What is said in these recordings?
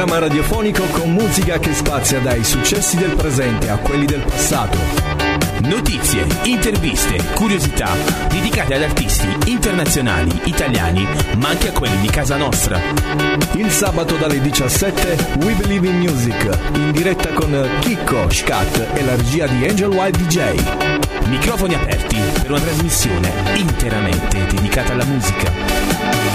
programma radiofonico con musica che spazia dai successi del presente a quelli del passato. Notizie, interviste, curiosità dedicate ad artisti internazionali, italiani, ma anche a quelli di casa nostra. Il sabato dalle 17 We Believe in Music, in diretta con Chicco, Scat e la regia di Angel Wild DJ. Microfoni aperti per una trasmissione interamente dedicata alla musica.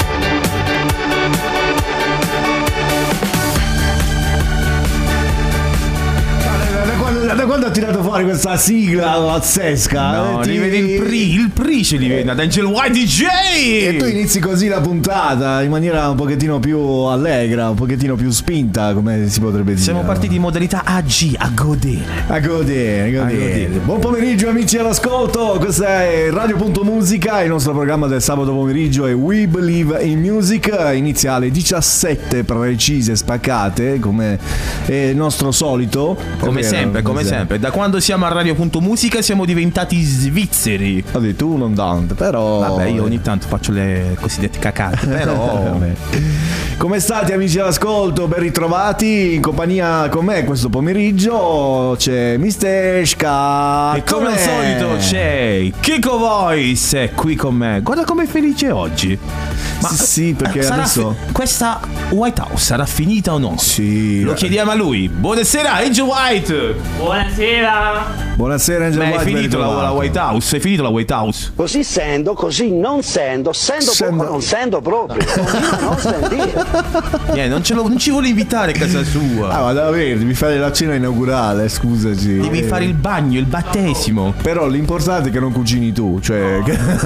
Da quando ha tirato fuori questa sigla pazzesca? No, li vedi il Pri ce li vedi ad Angel Wild DJ! E tu inizi così la puntata in maniera un pochettino più allegra, un pochettino più spinta, come si potrebbe dire. Siamo partiti in modalità AG, a godere. A godere. Buon pomeriggio amici all'ascolto, questa è Radio.Musica, il nostro programma del sabato pomeriggio è We Believe in Music, inizia alle 17 precise, spaccate, come è il nostro solito. Come sempre, da quando siamo a Radio.Musica siamo diventati svizzeri. Vabbè, tu non tanto, però. Vabbè, io ogni tanto faccio le cosiddette cacate, però. Come state amici all'ascolto? Ben ritrovati in compagnia con me questo pomeriggio. C'è Mr. Ska. E come al solito c'è Kiko Voice qui con me. Guarda com'è felice oggi. Ma sì, perché adesso questa White House sarà finita o no? Sì. Lo chiediamo a lui. Buonasera Angel White. Buonasera Angel White. È finito la White House? È finito la White House? Così sendo, così non sendo poco, non sendo proprio. Non sentire. Non ci vuole invitare a casa sua. Ma davvero, devi fare la cena inaugurale, scusaci. Devi fare il bagno, il battesimo. Però l'importante è che non cucini tu, cioè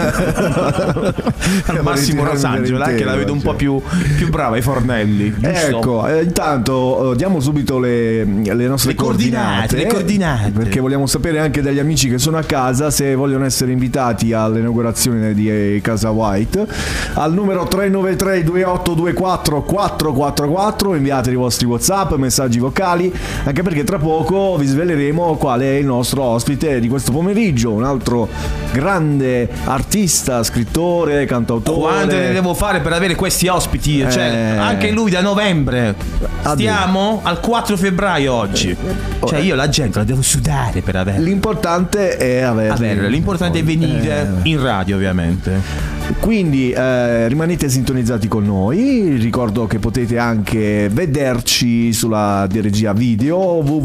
al massimo Rosangela, che la vedo un po' più brava ai fornelli. Giusto? Ecco, intanto diamo subito le nostre coordinate. Le coordinate. Perché vogliamo sapere anche dagli amici che sono a casa se vogliono essere invitati all'inaugurazione di Casa White. Al numero 393 2824 444 inviate i vostri WhatsApp, messaggi vocali, anche perché tra poco vi sveleremo qual è il nostro ospite di questo pomeriggio, un altro grande artista, scrittore, cantautore. Quante ne devo fare per avere questi ospiti? Cioè, anche lui da novembre. Stiamo al 4 febbraio oggi. Cioè io la gente la devo sudare per averla. L'importante è averla. L'importante è venire in radio, ovviamente. Quindi rimanete sintonizzati con noi. Ricordo che potete anche vederci sulla regia video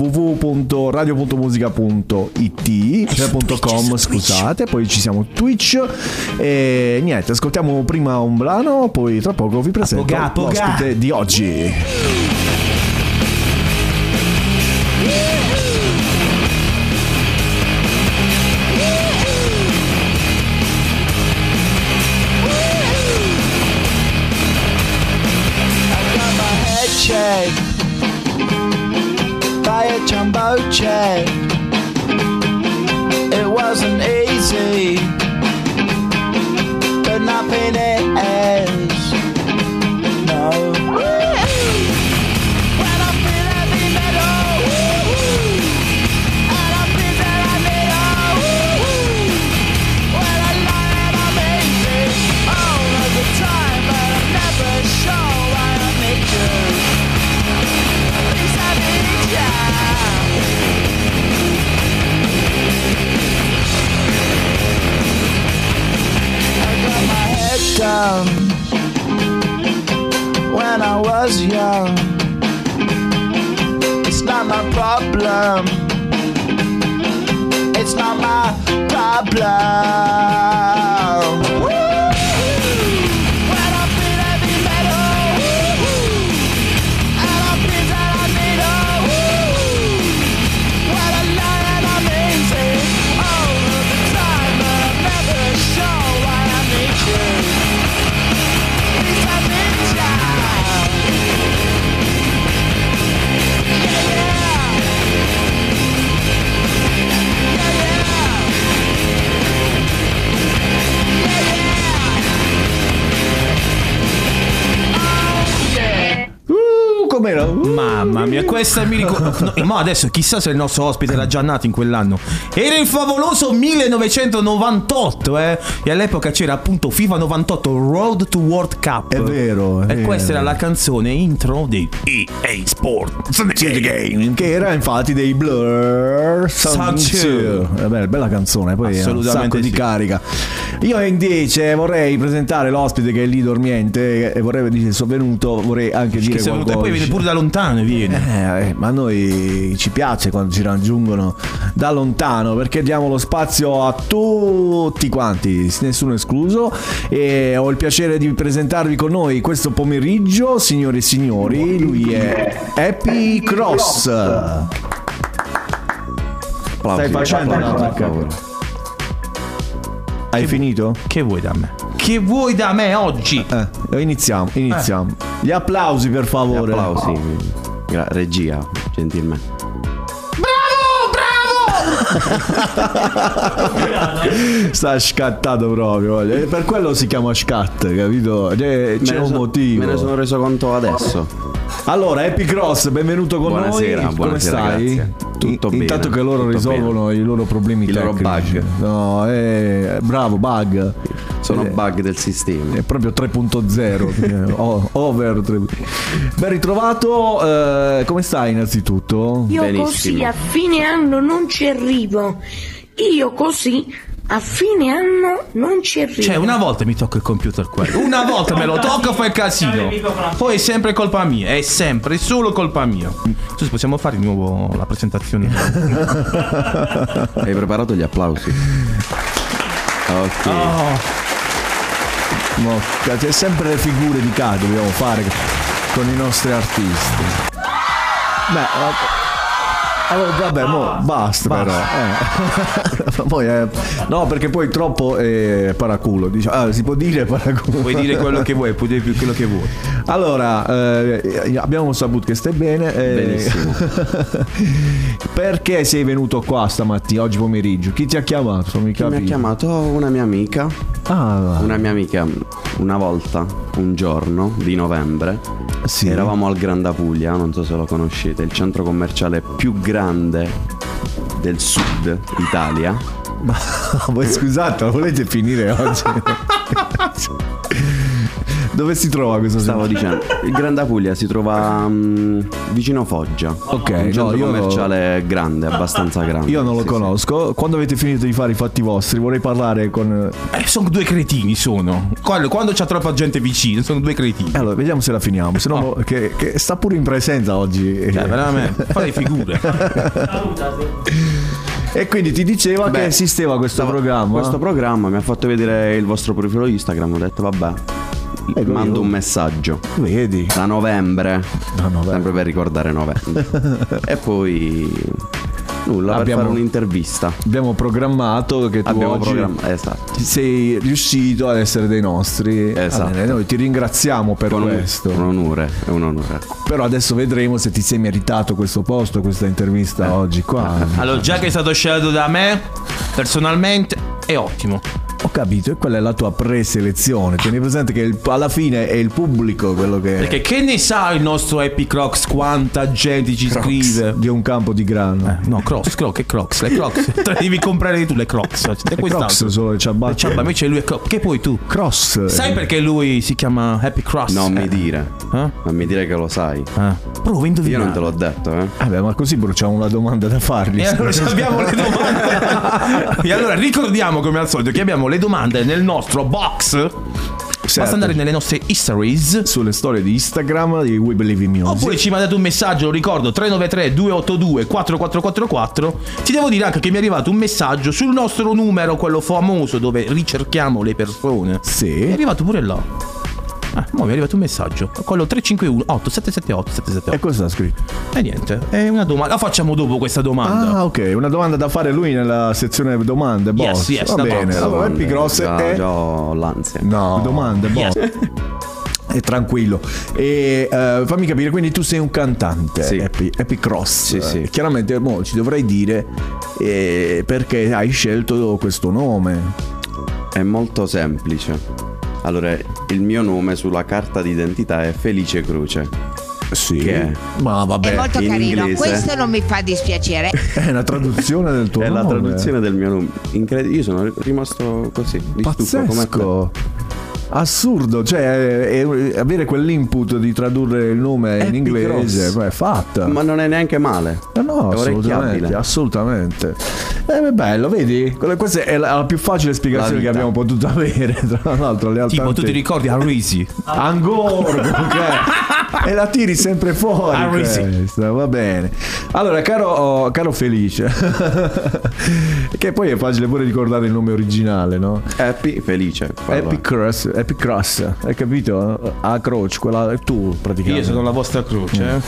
www.radio.musica.it .com, poi ci siamo Twitch. E niente, ascoltiamo prima un brano, poi tra poco vi presento l'ospite di oggi. By a jumbo jet, it wasn't easy, but nothing is. No. When I feel heavy metal, and I feel that I need when I lie and I'm easy all of the time, but I'm never sure why I need you. Down when I was young, it's not my problem, it's not my problem. When I feel heavy metal, and I feel that I need when I lie and I'm easy all of the time, but I'm never sure why I need you. Yeah. mia, questa mi ricordo. Ma adesso chissà se il nostro ospite era già nato in quell'anno. Era il favoloso 1998, E all'epoca c'era appunto FIFA 98 Road to World Cup. È vero. E questa era la canzone intro di EA Sports Game, che era infatti dei Blur Sound. Bella canzone, poi ha un sacco di carica. Io invece vorrei presentare l'ospite che è lì dormiente e vorrei dire sovvenuto, vorrei anche dire qualcosa. E poi viene pure da lontano, viene. Ma a noi ci piace quando ci raggiungono da lontano, perché diamo lo spazio a tutti quanti, nessuno escluso, e ho il piacere di presentarvi con noi questo pomeriggio, signore e signori, lui è Happy Cross. Stai facendo una attacca? Hai finito? Che vuoi da me? Che vuoi da me oggi? Iniziamo. Gli applausi, per favore. Gli applausi. Regia, gentilmente. Sta scattato proprio. E per quello si chiama scat, capito? C'è un motivo. Me ne sono reso conto adesso. Allora, Happy Cross, benvenuto con buonasera, noi. Come stai? Grazie. Tutto bene. Intanto che loro risolvono bene. I loro problemi tecnici. Loro bug. No, bravo, bug. Sono bug del sistema. È proprio 3.0. Over 3. Ben ritrovato. Come stai innanzitutto? Io Benissimo. così a fine anno non ci arrivo. Io così a fine anno non ci arrivo. Cioè, una volta mi tocca il computer quello, una volta me lo tocca, fa il casino. Poi è sempre colpa mia, è sempre solo colpa mia. Cioè, possiamo fare di nuovo la presentazione? Hai preparato gli applausi? Ok. C'è sempre le figure di caso dobbiamo fare con i nostri artisti. Vabbè, basta però. Poi no, perché poi troppo è paraculo. Si può dire paraculo. Puoi dire quello che vuoi, puoi dire più quello che vuoi. Allora, abbiamo saputo che stai bene. Benissimo. Perché sei venuto qua stamattina, oggi pomeriggio? Chi ti ha chiamato? Mi ha chiamato una mia amica. Una mia amica, una volta, un giorno di novembre. Sì. Eravamo al Granda Puglia, non so se lo conoscete, il centro commerciale più grande del sud Italia. Ma voi scusate, ma volete finire oggi? Dove si trova questo Stavo dicendo, il Granda Puglia si trova vicino Foggia. Ok, un centro commerciale grande, abbastanza grande. Io non lo conosco. Quando avete finito di fare i fatti vostri, vorrei parlare con. Sono due cretini, sono. Quando c'è troppa gente vicino, sono due cretini. Allora, vediamo se la finiamo. Se no, che sta pure in presenza oggi. Veramente, fa le figure. E quindi ti diceva che esisteva questo programma. Questo programma mi ha fatto vedere il vostro profilo Instagram. Ho detto vabbè, mando un messaggio. Vedi? Da novembre. Sempre per ricordare novembre. E poi nulla, per fare un'intervista. Abbiamo programmato che tu oggi esatto. sei riuscito ad essere dei nostri. Esatto. Allora, noi ti ringraziamo per questo. È un onore. Però adesso vedremo se ti sei meritato questo posto, questa intervista oggi qua. Allora, già che è stato scelto da me, personalmente, è ottimo. Ho capito, e quella è la tua preselezione. Tieni presente che alla fine è il pubblico quello che. Perché che ne sa il nostro Happy Crocs quanta gente ci scrive? Di un campo di grano. No, Crocs, che Crocs? Le Crocs. Te le devi comprare tu le Crocs. Le Crocs sono le ciabatte. Invece lui è che poi tu. Cross. Sai perché lui si chiama Happy Cross? Non mi dire. Non mi dire che lo sai. Prova a indovinare. Io non te l'ho detto, Vabbè, ma così bruciamo una domanda da fargli. E allora abbiamo le domande. E allora ricordiamo come al solito che abbiamo le domande nel nostro box. Basta andare nelle nostre stories, sulle storie di Instagram di We Believe in Music. Oppure ci mandate un messaggio, lo ricordo, 393 282 4444. Ti devo dire anche che mi è arrivato un messaggio sul nostro numero, quello famoso dove ricerchiamo le persone. Sì. È arrivato pure là. Mo mi è arrivato un messaggio, quello 351 8778 778. E cosa sta scritto? E niente, è una domanda. La facciamo dopo questa domanda. Ok, una domanda da fare lui nella sezione domande, boss. Yes, va bene. Allora, Happy Cross è. Già ho l'ansia. No, domande, boss. È tranquillo. E fammi capire, quindi tu sei un cantante, sì. Happy Cross. Sì. Chiaramente mo ci dovrai dire perché hai scelto questo nome. È molto semplice. Allora, il mio nome sulla carta d'identità è Felice Croce. Sì, Che è? ma vabbè, È molto in carino, inglese. questo non mi fa dispiacere. è una traduzione del tuo È nome. la traduzione del mio nome. Io sono rimasto così, di stupro come te. Pazzesco. Assurdo, cioè avere quell'input di tradurre il nome in Happy inglese, Cross. è fatta. Ma non è neanche male. No, è orecchiabile. assolutamente. È bello, vedi? Questa è la più facile spiegazione La che vita. abbiamo potuto avere. Tra l'altro, le altre Tipo, tu ti ricordi Arisi? ancora e la tiri sempre fuori. Arisi. Questa, va bene. Allora, caro Felice, che poi è facile pure ricordare il nome originale, no? Happy, felice. parla. Epic Cross, hai capito? A croce, quella tu praticamente. Io sono la vostra croce.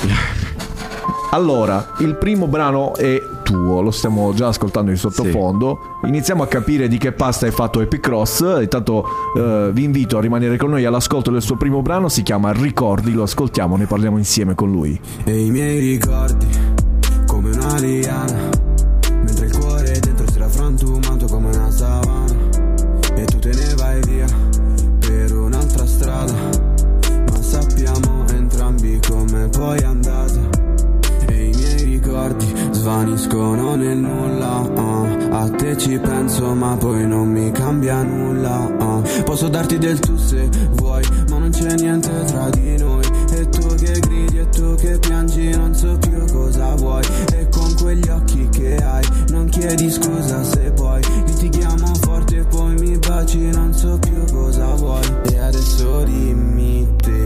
Allora, il primo brano è tuo, lo stiamo già ascoltando in sottofondo. Iniziamo a capire di che pasta è fatto Epic Cross. Intanto vi invito a rimanere con noi all'ascolto del suo primo brano, si chiama Ricordi, lo ascoltiamo, ne parliamo insieme con lui. E i miei ricordi come una liana, mentre il cuore dentro si era frantumato come una savana. E tu te ne vai via per un'altra strada, ma sappiamo entrambi come poi è andata. E i miei ricordi svaniscono nel nulla, a te ci penso ma poi non mi cambia nulla, Posso darti del tu se vuoi, ma non c'è niente tra di noi. E tu che gridi e tu che piangi, non so più cosa vuoi. E con quegli occhi che hai non chiedi scusa se poi litighiamo forte e poi mi baci, non so più cosa vuoi. E adesso dimmi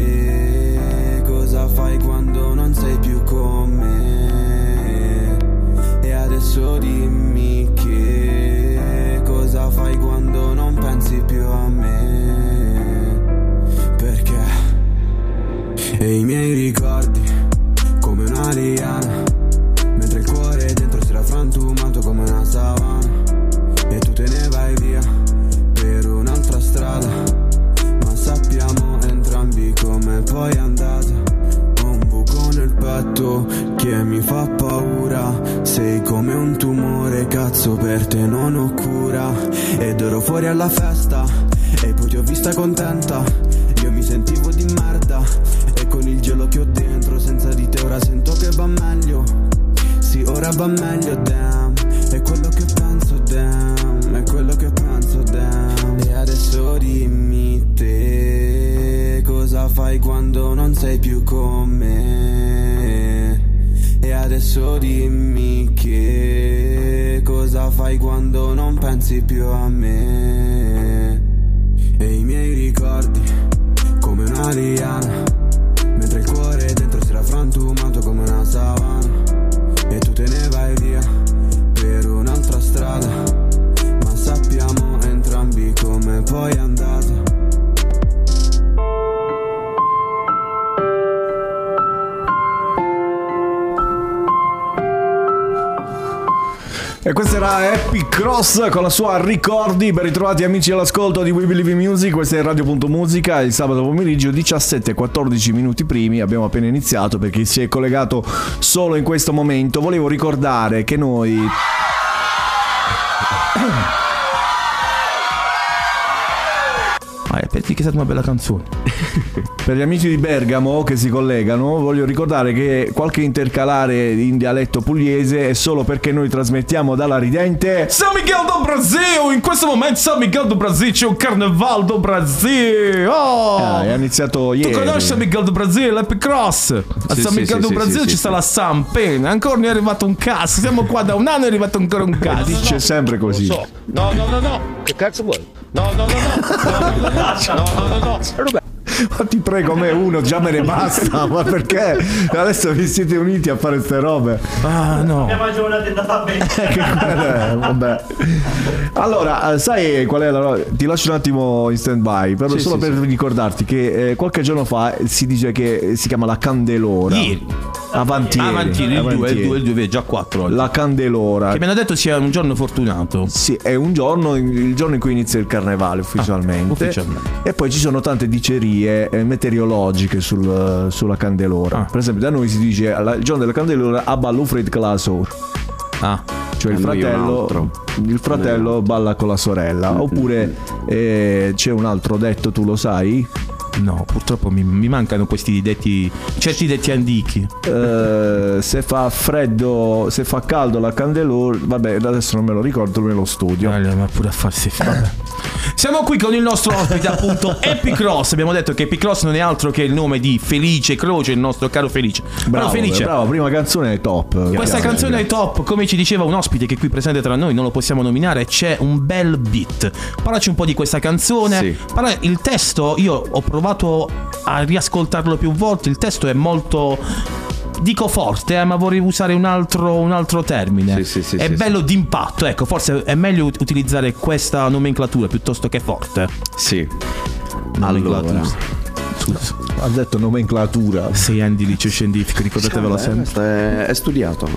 te cosa fai quando non sei più con me. E adesso dimmi che cosa fai quando non pensi più a me. Perché? E i miei ricordi come una liana, mentre il cuore dentro si era frantumato come una savana. E tu te ne vai via per un'altra strada, ma sappiamo entrambi come poi è andata. Ho un buco nel petto che mi fa paura, sei come un tumore, cazzo per te non ho cura. Ed ero fuori alla festa e poi ti ho vista contenta, io mi sentivo di merda e con il gelo che ho dentro senza di te ora sento che va meglio. Sì, ora va meglio, damn, è quello che penso, damn, è quello che penso, damn. E adesso dimmi te cosa fai quando non sei più con me. E adesso dimmi che cosa fai quando non pensi più a me. E i miei ricordi come una liana, mentre il cuore dentro si era frantumato come una savana. E tu te ne vai via per un'altra strada, ma sappiamo entrambi come poi è andata. E questa era Epic Cross con la sua Ricordi. Ben ritrovati amici all'ascolto di We Believe in Music. Questa è Radio.Musica. Il sabato pomeriggio 17:14 minuti primi. Abbiamo appena iniziato, per chi si è collegato solo in questo momento. Volevo ricordare che noi Perché è stata una bella canzone. per gli amici di Bergamo che si collegano, voglio ricordare che qualche intercalare in dialetto pugliese è solo perché noi trasmettiamo dalla ridente San Miguel do Brasil. In questo momento San Miguel do Brasil c'è un carnaval do Brasil. Oh, è iniziato ieri. tu conosci San Miguel do Brasil, l'Epic Cross? A Sì, San sì, Miguel sì, do sì, Brasil sì, ci sì, sta la Sampena. Ancora non è arrivato un cazzo. Siamo qua da un anno e è arrivato ancora un cazzo. Dice sempre così. No. Che cazzo vuoi? No. Ma ti prego, me uno già me ne basta. Ma perché adesso vi siete uniti a fare ste robe? Ah no. Vabbè. Allora, sai qual è la... Ti lascio un attimo in stand by solo per ricordarti che qualche giorno fa si dice che si chiama la Candelora. Ieri. Avantieri, il 2 è già 4 la Candelora. Che mi hanno detto sia un giorno fortunato. Sì, è un giorno, il giorno in cui inizia il carnevale ufficialmente. E poi ci sono tante dicerie meteorologiche sulla Candelora. Per esempio da noi si dice il giorno della Candelora a ballo Fred Clasor. Cioè il fratello balla con la sorella. Oppure c'è un altro detto, tu lo sai? No, purtroppo mi mancano certi detti antichi. Se fa freddo, se fa caldo la candelora, vabbè, adesso non me lo ricordo, me lo studio. Allora, ma pure a farsi vabbè. Siamo qui con il nostro ospite, appunto, Epicross. Abbiamo detto che Epicross non è altro che il nome di Felice Croce, il nostro caro Felice. Bravo, Felice, bravo, prima canzone è top. Questa canzone è top, come ci diceva un ospite che è qui presente tra noi, non lo possiamo nominare, c'è un bel beat. Parlaci un po' di questa canzone. Sì. Il testo, io ho provato a riascoltarlo più volte, il testo è molto... dico forte, ma vorrei usare un altro termine. Sì, è bello d'impatto, ecco, forse è meglio utilizzare questa nomenclatura piuttosto che forte. Sì. Allora, ha detto nomenclatura. 6 anni di liceo scientifico, ricordatevelo sempre. È studiato.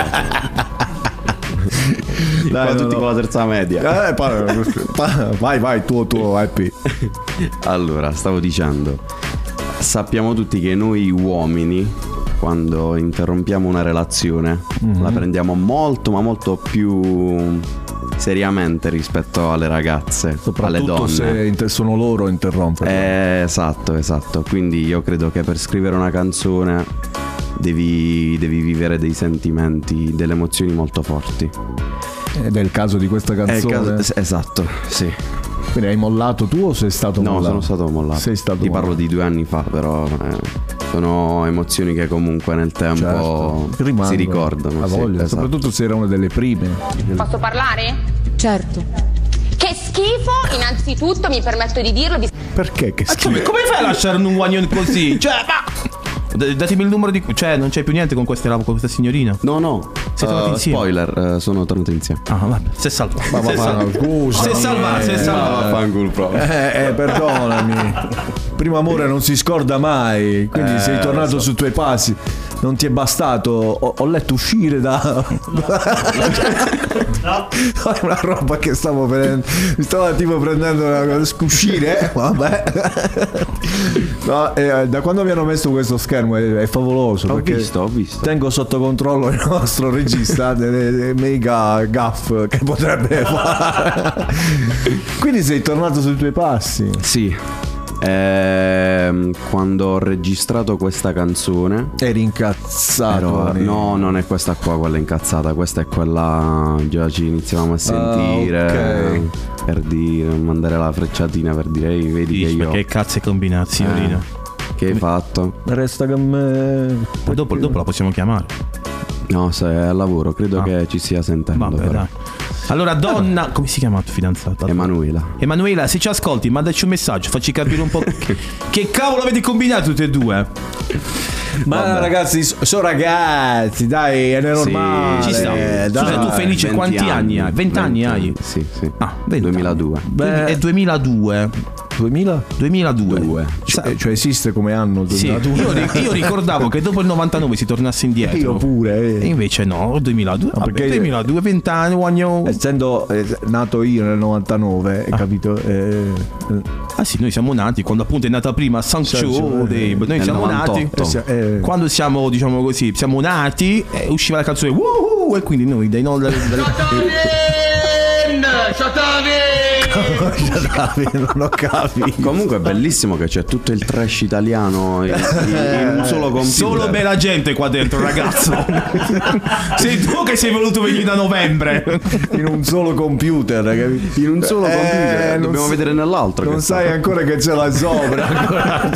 Dai, tutti con la terza media. Vai, tuo Happy. Allora, stavo dicendo, sappiamo tutti che noi uomini, quando interrompiamo una relazione, la prendiamo molto, ma molto più seriamente rispetto alle ragazze, alle donne. Se sono loro a interrompere. Esatto. Quindi io credo che per scrivere una canzone devi vivere dei sentimenti, delle emozioni molto forti. Ed è il caso di questa canzone. Esatto, sì. Quindi hai mollato tu o sei stato mollato? No, sono stato mollato. Ti parlo di 2 anni fa, però sono emozioni che comunque nel tempo si ricordano. A voglia, esatto. Soprattutto se era una delle prime. Posso parlare? Certo. Che schifo, innanzitutto mi permetto di dirlo. Perché che schifo? Come fai a lasciare un guaglione così? Cioè, ma... Datemi il numero di... Cioè, non c'è più niente con questa signorina? No. Siete tornati insieme? Spoiler, sono tornati insieme. Ah, vabbè, si è salvato. Scusa. Si è salvato. Fangul proprio. Perdonami. Primo amore non si scorda mai. Quindi sei tornato sui tuoi passi. Non ti è bastato. Ho letto uscire da... È una roba che stavo prendendo. Mi stavo tipo prendendo una uscire. Vabbè. No, da quando mi hanno messo questo schermo è favoloso. Ho visto. Tengo sotto controllo il nostro regista delle mega gaff che potrebbe fare. Quindi sei tornato sui tuoi passi. Sì. Quando ho registrato questa canzone eri incazzato. No, non è questa qua quella incazzata. Questa è quella. Già ci iniziavamo a sentire, okay. Per dire, mandare la frecciatina per dire ehi, vedi che io. Che cazzo è combinato, signorina? Che hai fatto? Resta con me. Poi dopo la possiamo chiamare. No, se è al lavoro, credo che ci stia sentendo. Vabbè, dai. Allora, donna, come si chiama il tuo fidanzato? Emanuela, se ci ascolti, mandaci un messaggio, facci capire un po' che cavolo avete combinato tutti e due. Ma vabbè. Ragazzi, sono ragazzi, dai, è normale. Ci sta. Scusa, tu Felice quanti anni hai? 20 anni hai? Sì. Ah, 20 2002. È 2002. 2002. Cioè esiste come anno 2002. Sì. Io ricordavo che dopo il 99 si tornasse indietro. Io pure. E invece no, 2002. No, perché 2002, 20 anni. Essendo nato io nel 99, capito? Ah sì, noi siamo nati quando appunto è nata prima Sancho. Noi siamo 98. Nati quando siamo, diciamo così, siamo nati, usciva la canzone Woohoo! E quindi noi dai non non ho capito. Comunque è bellissimo che c'è tutto il trash italiano in un solo computer. Solo bella gente qua dentro, ragazzo. Sei tu che sei voluto venire da novembre. In un solo computer, capito? In un solo computer. Dobbiamo vedere nell'altro. Non sai ancora che ce l'hai sopra.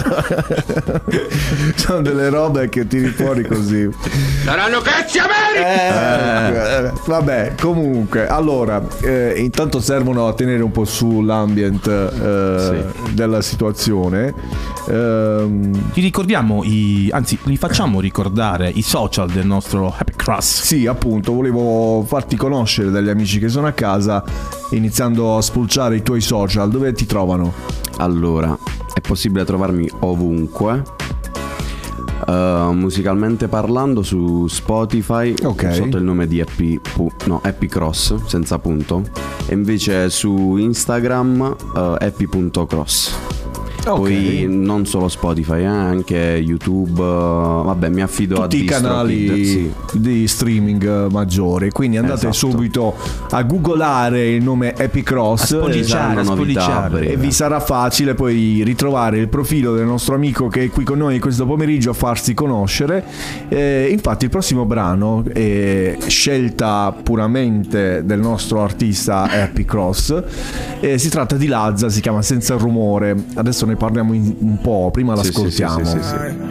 Sono delle robe che tiri fuori così. Saranno cazzi americi. Vabbè, comunque, allora, intanto servono a tenere un po' sull'ambient della situazione. Ti ricordiamo anzi li facciamo ricordare i social del nostro Happy Cross. Sì, appunto, volevo farti conoscere dagli amici che sono a casa, iniziando a spulciare i tuoi social. Dove ti trovano? Allora, è possibile trovarmi ovunque. Musicalmente parlando su Spotify, sotto il nome di Epicross senza punto, e invece su Instagram happy.cross. Poi non solo Spotify, anche YouTube, vabbè, mi affido tutti a i canali sì, di streaming maggiori, quindi andate subito a googolare il nome Epicross, e vi sarà facile poi ritrovare il profilo del nostro amico che è qui con noi questo pomeriggio a farsi conoscere. Infatti il prossimo brano è scelta puramente del nostro artista Epicross, si tratta di Lazza, si chiama Senza Rumore. Adesso ne parliamo un po', prima l'ascoltiamo. Sì.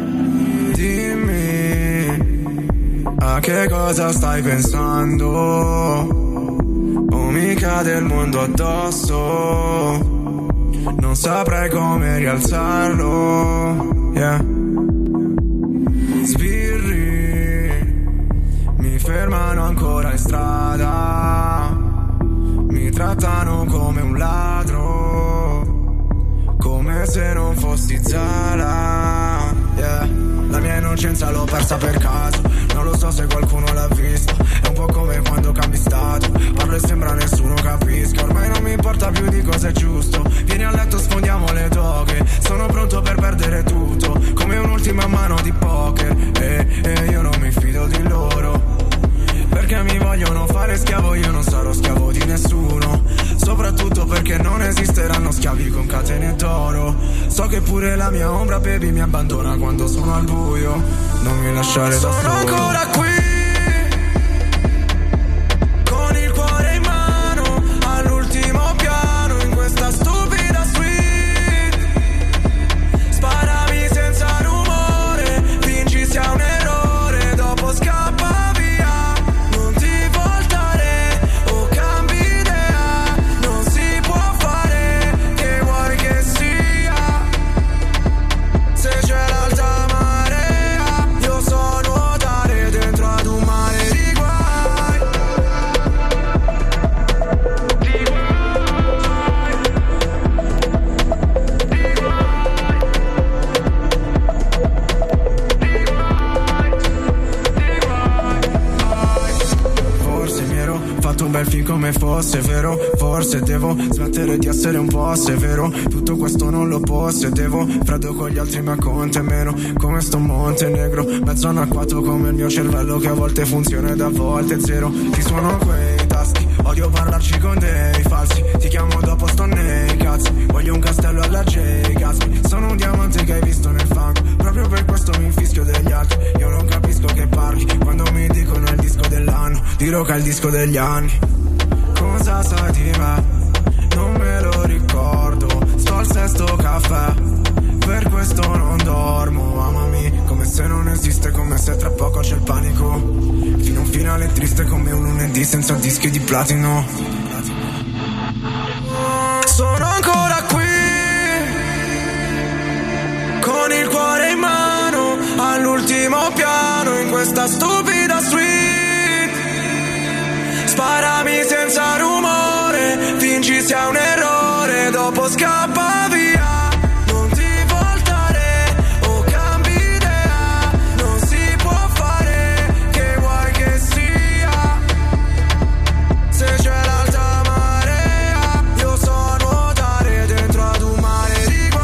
Dimmi a che cosa stai pensando, o mi cade il mondo addosso, non saprei come rialzarlo, Sbirri mi fermano ancora in strada, mi trattano come un ladro, come se non fossi Zala, La mia innocenza l'ho persa per caso, non lo so se qualcuno l'ha visto. È un po' come quando cambi stato, parlo e sembra nessuno capisca. Ormai non mi importa più di cosa è giusto. Vieni a letto, sfondiamo le toghe. Sono pronto per perdere tutto, come un'ultima mano di poker. E io non mi fido di loro, perché mi vogliono fare schiavo. Io non sarò schiavo di nessuno, soprattutto perché non esisteranno schiavi con catene d'oro. So che pure la mia ombra, baby, mi abbandona quando sono al buio. Non mi lasciare da solo. Sono ancora qui, con il cuore in mano, all'ultimo piano, in questa stupida suite. Sparami senza rumore, fingi sia un errore, dopo scappa via. Non ti voltare o cambi idea, non si può fare, che vuoi che sia. Se c'è l'alta marea, io so nuotare dentro ad un mare di guai. Forse mi ero fatto un bel film come fosse vero, forse devo smettere di essere un po' severo. Tutto questo non lo possedevo, freddo con gli altri ma con te meno, come sto Montenegro, mezzo anacquato come il mio cervello che a volte funziona ed a volte zero. Ti suono quei tasti, odio parlarci con dei falsi, ti chiamo dopo sto nei cazzi, voglio un castello alla J Gatsby. Sono un diamante che hai visto nel fango, proprio per questo mi infischio degli altri. Io non capisco che parli, quando mi dicono è il disco dell'anno, dirò che è il disco degli anni. Cosa sai di me? Non me lo ricordo, sto al sesto caffè, per questo non dormo. Amami come se non esiste, come se tra poco c'è il panico. Fino a un finale triste come un lunedì senza dischi di platino. Sono ancora qui, con il cuore in mano, all'ultimo piano, in questa stupida suite. Sparami senza rumore, fingi sia un errore, dopo scappa via. Non ti voltare o cambi idea, non si può fare, che vuoi che sia. Se c'è l'alta marea, io so nuotare dentro ad un mare di guai.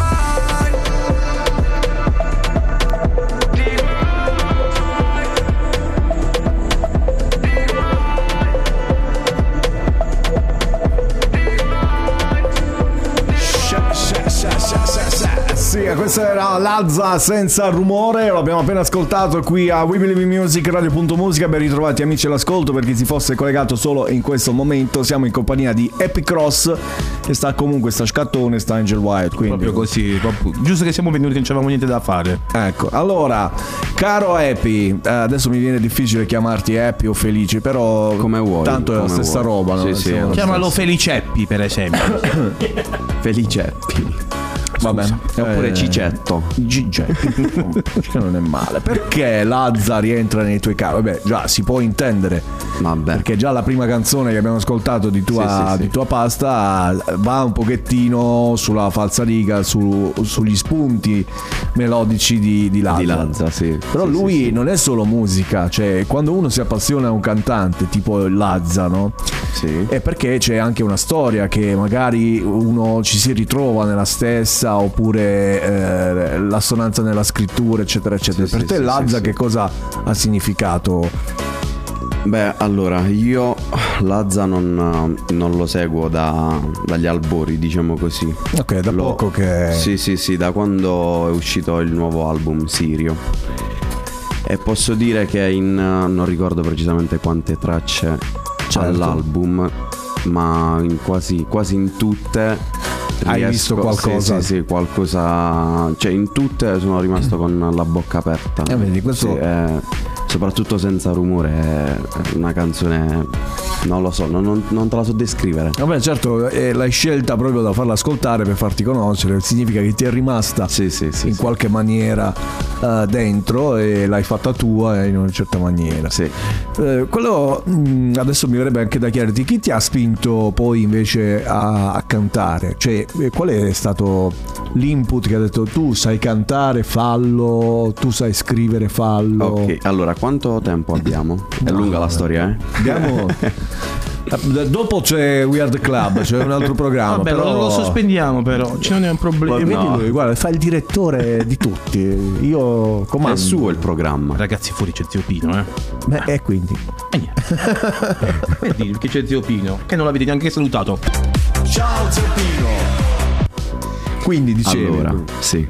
Sì, questa era Lazza Senza Rumore, lo abbiamo appena ascoltato qui a We Believe in Music, Radio.musica. Ben ritrovati amici all'ascolto, per chi si fosse collegato solo in questo momento. Siamo in compagnia di Epicross, che sta scattone, sta Angel White, quindi proprio così, giusto che siamo venuti, non c'avevamo niente da fare. Ecco, allora, caro Epi, adesso mi viene difficile chiamarti Epi o Felice, però come vuoi, tanto è la stessa roba, no? Sì, chiamalo Feliceppi, per esempio. Feliceppi. Va bene. Oppure Cicetto. Che non è male. Perché Lazza rientra nei tuoi cavi? Vabbè, già si può intendere. Vabbè. Perché già la prima canzone che abbiamo ascoltato di tua pasta va un pochettino sulla falsariga, sugli spunti melodici di Lazza. Di Lazza, sì. Però lui non è solo musica, cioè quando uno si appassiona a un cantante tipo Lazza, no? Sì. È perché c'è anche una storia che magari uno ci si ritrova nella stessa, cadenza oppure l'assonanza nella scrittura, eccetera eccetera. Per te Lazza che cosa ha significato? Beh, allora, io Lazza non lo seguo dagli albori, diciamo così. Ok, da poco che... Sì, da quando è uscito il nuovo album Sirio. E posso dire che non ricordo precisamente quante tracce all'album, ma in quasi in tutte hai visto qualcosa? Sì, qualcosa. Cioè in tutte sono rimasto con la bocca aperta. Vedi, questo... soprattutto Senza Rumore è una canzone, non lo so, non te la so descrivere. Vabbè, certo, l'hai scelta proprio da farla ascoltare per farti conoscere, significa che ti è rimasta in qualche maniera dentro e l'hai fatta tua in una certa maniera. Sì. Quello adesso mi verrebbe anche da chiederti, chi ti ha spinto poi invece a cantare? Cioè, qual è stato l'input che ha detto tu sai cantare, fallo, tu sai scrivere, fallo? Ok, allora quanto tempo abbiamo? È lunga la storia, Abbiamo... Dopo c'è Weird Club, c'è un altro programma. Vabbè, però... lo sospendiamo, però ce non è un problema. Vedi lui, guarda, fa il direttore di tutti. Io comando. È suo il programma. Ragazzi, fuori c'è Zio Pino, Beh, e quindi? Per dire che c'è Zio Pino, che non l'avete neanche salutato. Ciao Zio Pino. Quindi dicevi. Allora, sì.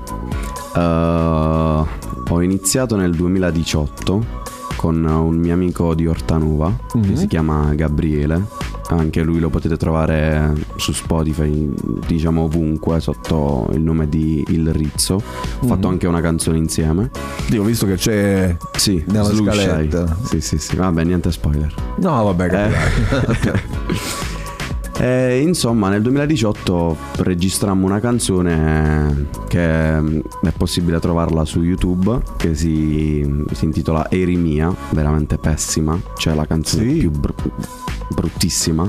Ho iniziato nel 2018 con un mio amico di Ortanova che si chiama Gabriele. Anche lui lo potete trovare su Spotify, diciamo ovunque, sotto il nome di Il Rizzo. Ho fatto anche una canzone insieme. Io ho visto che c'è nella scaletta. Sì. Vabbè, niente spoiler. No, vabbè, capirai. Insomma, nel 2018 registrammo una canzone che è possibile trovarla su YouTube, che si intitola Eri Mia, veramente pessima, cioè la canzone più bruttissima.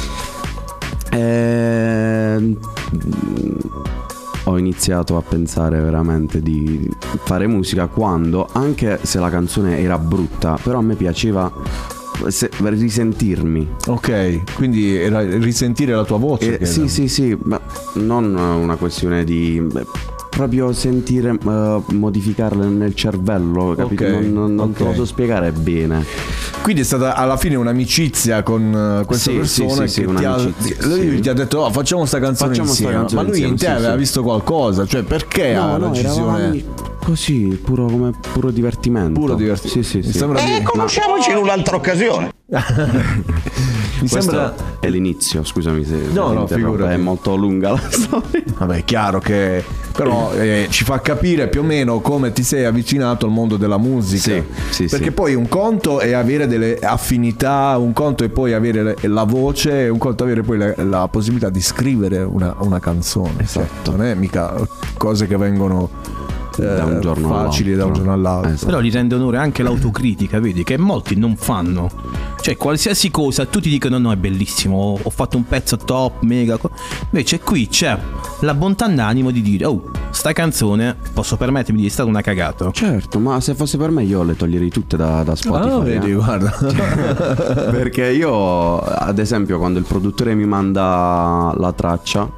Ho iniziato a pensare veramente di fare musica quando, anche se la canzone era brutta, però a me piaceva risentirmi. Ok, quindi era risentire la tua voce. Sì, ma non una questione di proprio sentire, modificarle nel cervello, capito? Non te lo so spiegare bene. Quindi è stata alla fine un'amicizia con questa persona lui ti ha detto facciamo sta canzone insieme. Ma lui in te aveva visto qualcosa? Cioè perché ha la decisione? Così, puro divertimento. Sì. Conosciamoci in un'altra occasione. Mi sembra è l'inizio, scusami se figurati. È molto lunga la storia. Vabbè, è chiaro che però ci fa capire più o meno come ti sei avvicinato al mondo della musica. Sì, perché poi un conto è avere delle affinità, un conto è poi avere la voce, un conto è avere poi la possibilità di scrivere una canzone. Esatto. Non è mica cose che vengono da un giorno facili da un giorno all'altro. Però gli rende onore anche l'autocritica, vedi, che molti non fanno. Cioè qualsiasi cosa tutti dicono no, è bellissimo, ho fatto un pezzo top, mega. Invece qui c'è la bontà d'animo di dire sta canzone posso permettermi di stare una cagata. Certo, ma se fosse per me io le toglierei tutte da Spotify. Vedi, guarda. Perché io, ad esempio, quando il produttore mi manda la traccia,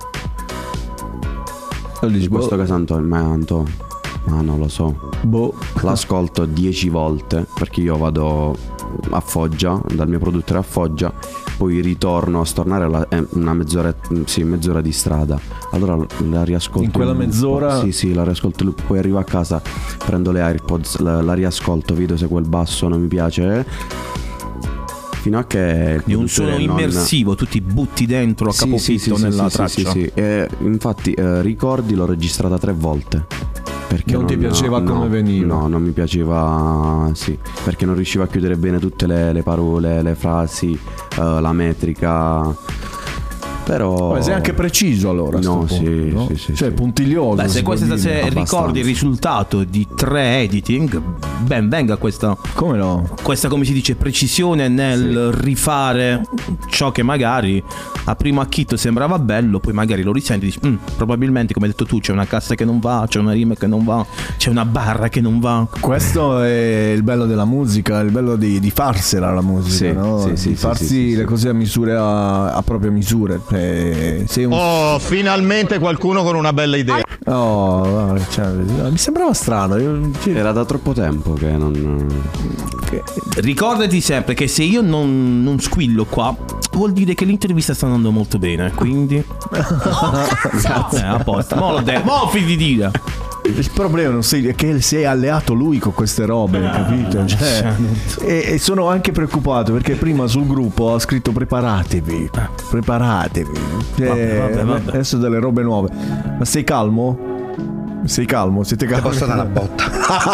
in questo caso Antonio, ma non lo so, l'ascolto 10 volte, perché io vado a Foggia, dal mio produttore a Foggia, poi ritorno a stornare una mezz'ora di strada. Allora la riascolto in quella mezz'ora. Sì, la riascolto, poi arrivo a casa, prendo le AirPods, la riascolto, vedo se quel basso non mi piace, fino a che di un suono immersivo, tu ti butti dentro a capofitto nella traccia. Sì. E infatti Ricordi l'ho registrata 3 volte. Perché non ti piaceva come veniva? No, non mi piaceva, perché non riuscivo a chiudere bene tutte le parole, le frasi, la metrica. Però sei anche preciso allora. No, sì. Cioè puntiglioso. Beh, se questo ricordi il risultato di 3 editing, ben venga questa. Come no? Questa, come si dice, precisione nel rifare ciò che magari a primo acchito sembrava bello, poi magari lo risenti e dici probabilmente, come hai detto tu, c'è una cassa che non va, c'è una rima che non va, c'è una barra che non va. Questo è il bello della musica, il bello di farsela la musica, no? Di farsi le cose a misura, a propria misura. Sei un... Oh, finalmente qualcuno con una bella idea. Oh, mi sembrava strano. Era da troppo tempo che non... Ricordati sempre che se io non squillo qua, vuol dire che l'intervista sta andando molto bene. Quindi a posto. Mo fidi di dire. Il problema non è che si è alleato lui con queste robe, capito? Cioè, e sono anche preoccupato perché prima sul gruppo ha scritto preparatevi. Vabbè. Adesso delle robe nuove. Ma sei calmo? Siete calmi? Posso dare la botta.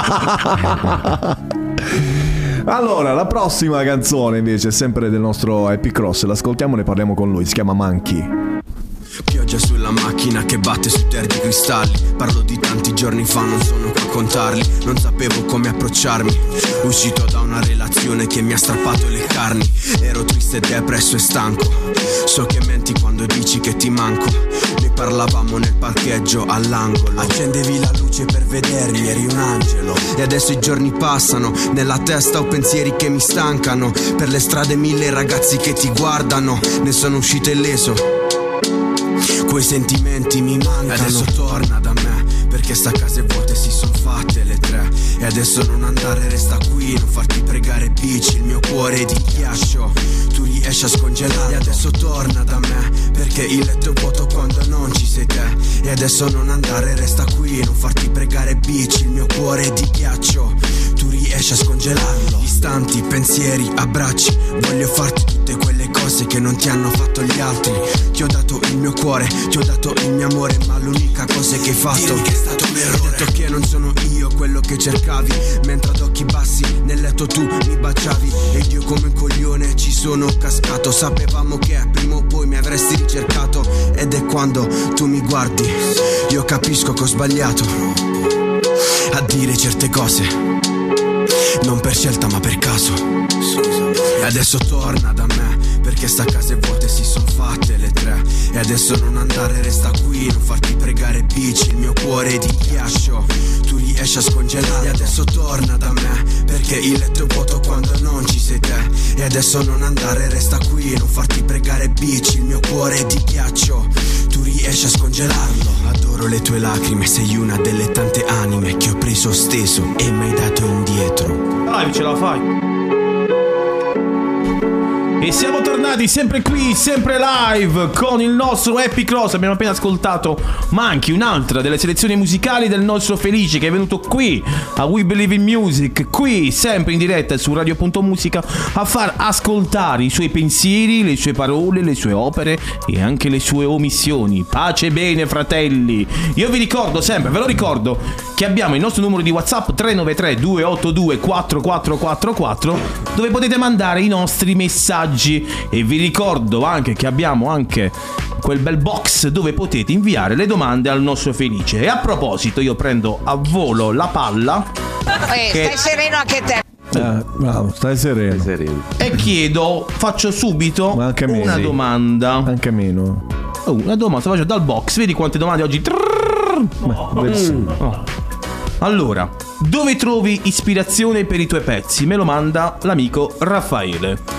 Allora, la prossima canzone invece è sempre del nostro Epic Ross. L'ascoltiamo e ne parliamo con lui. Si chiama Monkey. Pioggia sulla macchina che batte su terri cristalli. Parlo di tanti giorni fa, non sono qua a contarli. Non sapevo come approcciarmi. Uscito da una relazione che mi ha strappato le carni. Ero triste, depresso e stanco. So che menti quando dici che ti manco. Ne parlavamo nel parcheggio all'angolo. Accendevi la luce per vedermi, eri un angelo. E adesso i giorni passano, nella testa ho pensieri che mi stancano. Per le strade 1000 ragazzi che ti guardano. Ne sono uscito illeso. Quei sentimenti mi mancano. Adesso torna da me, perché sta casa è vuota e si son fatte le 3. E adesso non andare, resta qui, non farti pregare bici. Il mio cuore è di ghiaccio, tu riesci a scongelarlo. E adesso torna da me, perché il letto è vuoto quando non ci sei te. E adesso non andare, resta qui, non farti pregare bici. Il mio cuore è di ghiaccio, tu riesci a scongelarlo. Istanti, pensieri, abbracci. Voglio farti tutte quelle cose che non ti hanno fatto gli altri. Ti ho dato il mio cuore, ti ho dato il mio amore, ma l'unica cosa che hai fatto è stato un errore. Ho detto che non sono io quello che cercavi, mentre ad occhi bassi nel letto tu mi baciavi. Ed io come un coglione ci sono cascato. Sapevamo che prima o poi mi avresti ricercato. Ed è quando tu mi guardi, io capisco che ho sbagliato a dire certe cose, non per scelta ma per caso. E adesso torna da me, perché sta casa è vuota e si son fatte le 3. E adesso non andare, resta qui, non farti pregare bici. Il mio cuore è di ghiaccio, tu riesci a scongelarlo. E adesso torna da me, perché il letto è vuoto quando non ci sei te. E adesso non andare, resta qui, non farti pregare bici. Il mio cuore è di ghiaccio, tu riesci a scongelarlo. Adoro le tue lacrime, sei una delle tante anime che ho preso steso e mi hai dato indietro. Dai, ce la fai. E siamo tornati sempre qui, sempre live con il nostro Epic Ross. Abbiamo appena ascoltato Monkey, un'altra delle selezioni musicali del nostro Felice, che è venuto qui a We Believe in Music, qui sempre in diretta su Radio.musica, a far ascoltare i suoi pensieri, le sue parole, le sue opere e anche le sue omissioni. Pace e bene, fratelli. Io vi ricordo sempre, ve lo ricordo, che abbiamo il nostro numero di WhatsApp 393 282 4444, dove potete mandare i nostri messaggi. E vi ricordo anche che abbiamo anche quel bel box dove potete inviare le domande al nostro Felice. E a proposito, io prendo a volo la palla Stai sereno anche te. Bravo, stai sereno. E chiedo, faccio subito una domanda. Anche meno. Una domanda, faccio dal box. Vedi quante domande oggi. Allora, dove trovi ispirazione per i tuoi pezzi? Me lo manda l'amico Raffaele.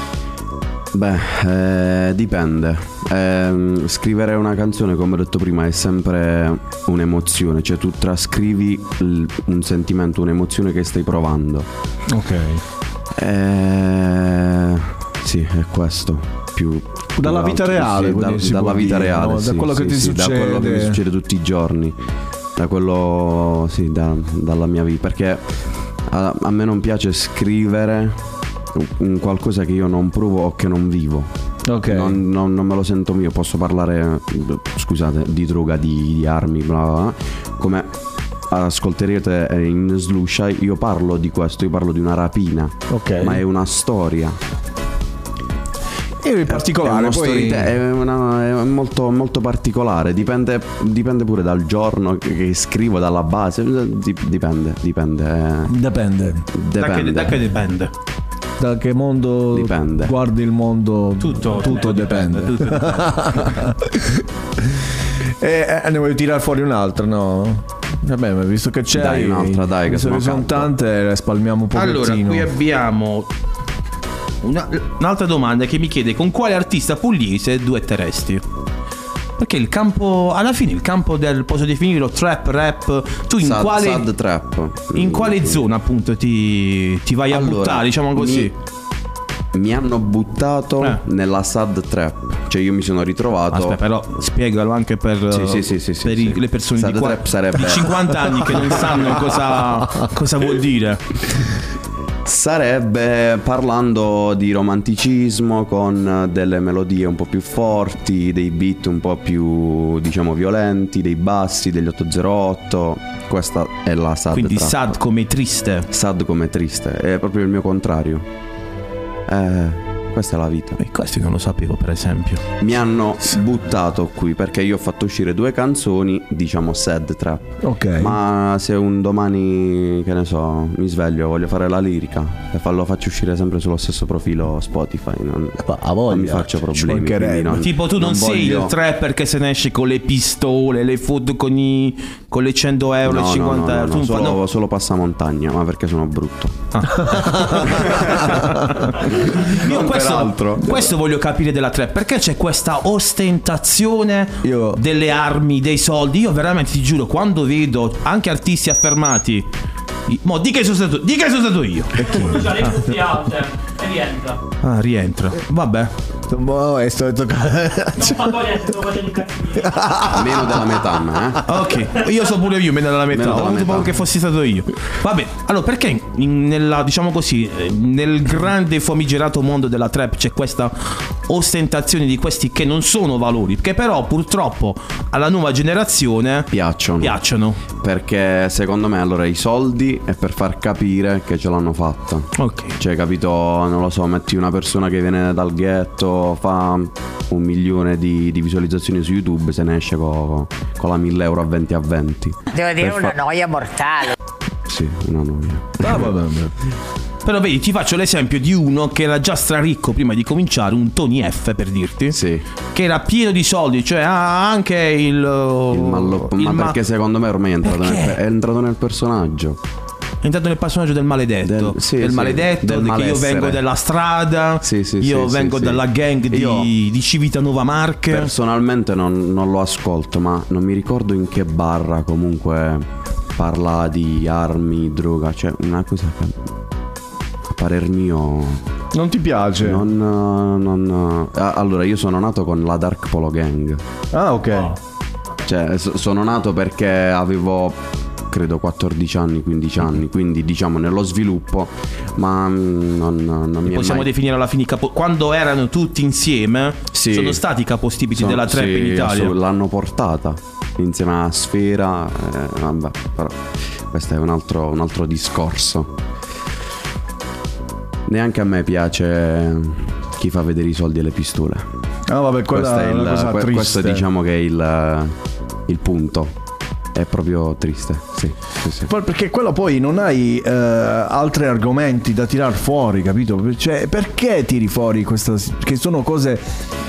Beh, dipende. Scrivere una canzone, come ho detto prima, è sempre un'emozione. Cioè tu trascrivi un sentimento, un'emozione che stai provando. Ok. Sì, è questo. Più dalla vita reale, sì, dalla vita reale, no? Da quello che ti succede. Da quello che mi succede tutti i giorni. Da quello, sì, dalla mia vita. Perché a me non piace scrivere un qualcosa che io non provo o che non vivo. Ok. Non me lo sento mio. Posso parlare, scusate, di droga, di armi, bla bla bla. Come ascolterete in Slusha, io parlo di questo, io parlo di una rapina. Ok. Ma è una storia. E in particolare è molto, molto particolare. Dipende pure dal giorno che scrivo, dalla base. Dipende. Da che dipende? Da che mondo dipende. Guardi il mondo, tutto dipende. E ne vuoi tirare fuori un'altra, no? Vabbè, ma visto che c'è, dai un'altra, dai, visto che sono tante, spalmiamo un pochettino. Allora, qui abbiamo un'altra domanda che mi chiede: con quale artista pugliese duetteresti? Perché il campo, alla fine il campo del, posso definirlo trap, rap, tu in quale sad trap. In quale zona appunto ti vai a buttare, diciamo così? Mi hanno buttato nella sad trap. Cioè io mi sono ritrovato. Aspetta, però spiegalo anche per le persone sad trap sarebbe di 50 anni che non sanno cosa vuol dire. Sarebbe parlando di romanticismo con delle melodie un po' più forti, dei beat un po' più, diciamo, violenti, dei bassi, degli 808. Questa è la sad Quindi trap. sad come triste. Sad come triste, è proprio il mio contrario. Questa è la vita. E questo non lo sapevo, per esempio. Mi hanno buttato qui perché io ho fatto uscire 2 canzoni, diciamo sad trap. Ok. Ma se un domani, che ne so, mi sveglio, voglio fare la lirica e lo faccio uscire sempre sullo stesso profilo Spotify, non mi faccio problemi. Tipo tu non sei il trapper che se ne esce con le pistole, le foto con le 100 euro, no, le 50 euro. No, solo passamontagna, ma perché sono brutto. Io questo voglio capire della trap, perché c'è questa ostentazione delle armi, dei soldi. Io veramente ti giuro, quando vedo anche artisti affermati, di che sono stato io. Le cuffie alte e rientra. Rientra. Vabbè. È stato meno della metà, Ok, io so pure io meno della metà. Ho avuto paura che fossi stato io. Vabbè, allora perché nella, diciamo così, nel grande famigerato mondo della trap c'è questa ostentazione di questi che non sono valori, che però purtroppo alla nuova generazione piacciono. Perché secondo me allora i soldi è per far capire che ce l'hanno fatta. Ok. Cioè, capito, non lo so, metti una persona che viene dal ghetto, fa 1 milione di visualizzazioni su YouTube, se ne esce con la 1.000 euro a 20 a 20. Devo dire una noia mortale. Sì, una noia. Però vedi, ti faccio l'esempio di uno che era già straricco prima di cominciare, un Tony F, per dirti. Sì. Che era pieno di soldi, cioè anche il perché secondo me ormai è entrato nel personaggio. È entrato nel personaggio del maledetto. Del maledetto, che io vengo dalla strada. Io vengo dalla gang di Civitanova Marche. Personalmente non lo ascolto, ma non mi ricordo in che barra comunque parla di armi, droga. Cioè una cosa che a parer mio non ti piace. Allora io sono nato con la Dark Polo Gang. Ah, ok. Cioè sono nato perché avevo credo 14 anni, 15 anni, quindi diciamo nello sviluppo, ma non mi possiamo definire alla fine quando erano tutti insieme, sono stati i capostipiti della trap in Italia. L'hanno portata insieme a Sfera, vabbè, però questo è un altro discorso. Neanche a me piace chi fa vedere i soldi e le pistole. Vabbè, questa è una cosa triste. Questo diciamo che è il punto. È proprio triste, sì. Perché quello poi non hai altri argomenti da tirar fuori, capito? Cioè, perché tiri fuori questa, che sono cose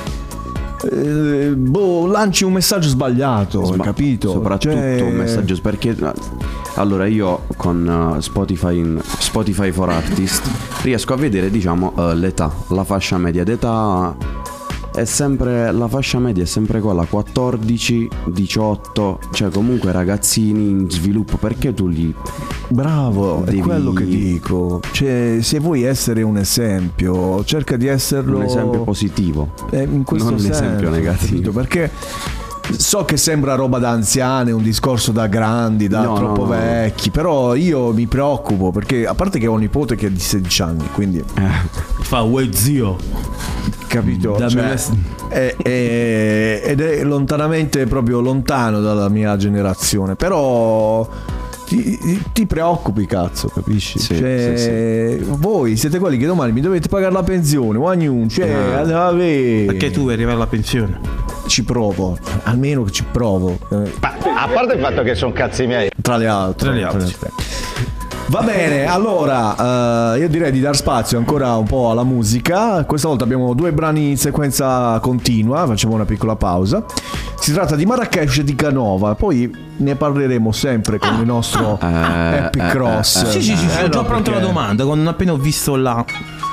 lanci un messaggio sbagliato, capito? Soprattutto un messaggio, perché allora io con Spotify for Artist riesco a vedere, diciamo, l'età, la fascia media d'età. È sempre la fascia media, è sempre quella 14, 18, cioè comunque ragazzini in sviluppo. Perché tu li bravo, è quello che dico. Cioè, se vuoi essere un esempio, cerca di esserlo, un esempio positivo, in questo non senso, un esempio negativo, perché so che sembra roba da anziani, un discorso da grandi, troppo vecchi, però io mi preoccupo, perché a parte che ho un nipote che è di 16 anni, quindi fa uè zio, capito? Cioè, ed è lontanamente proprio lontano dalla mia generazione, però ti preoccupi, cazzo, capisci? Sì. Voi siete quelli che domani mi dovete pagare la pensione, perché tu vuoi arrivare alla pensione? Ci provo, almeno che ci provo. A parte il fatto che sono cazzi miei. Tra le altre. Va bene, allora io direi di dar spazio ancora un po' alla musica. Questa volta abbiamo 2 brani in sequenza continua, facciamo una piccola pausa. Si tratta di Marrakesh e di Canova, poi ne parleremo sempre con il nostro Epic Cross. Sì, ho già pronto la domanda, quando appena ho visto la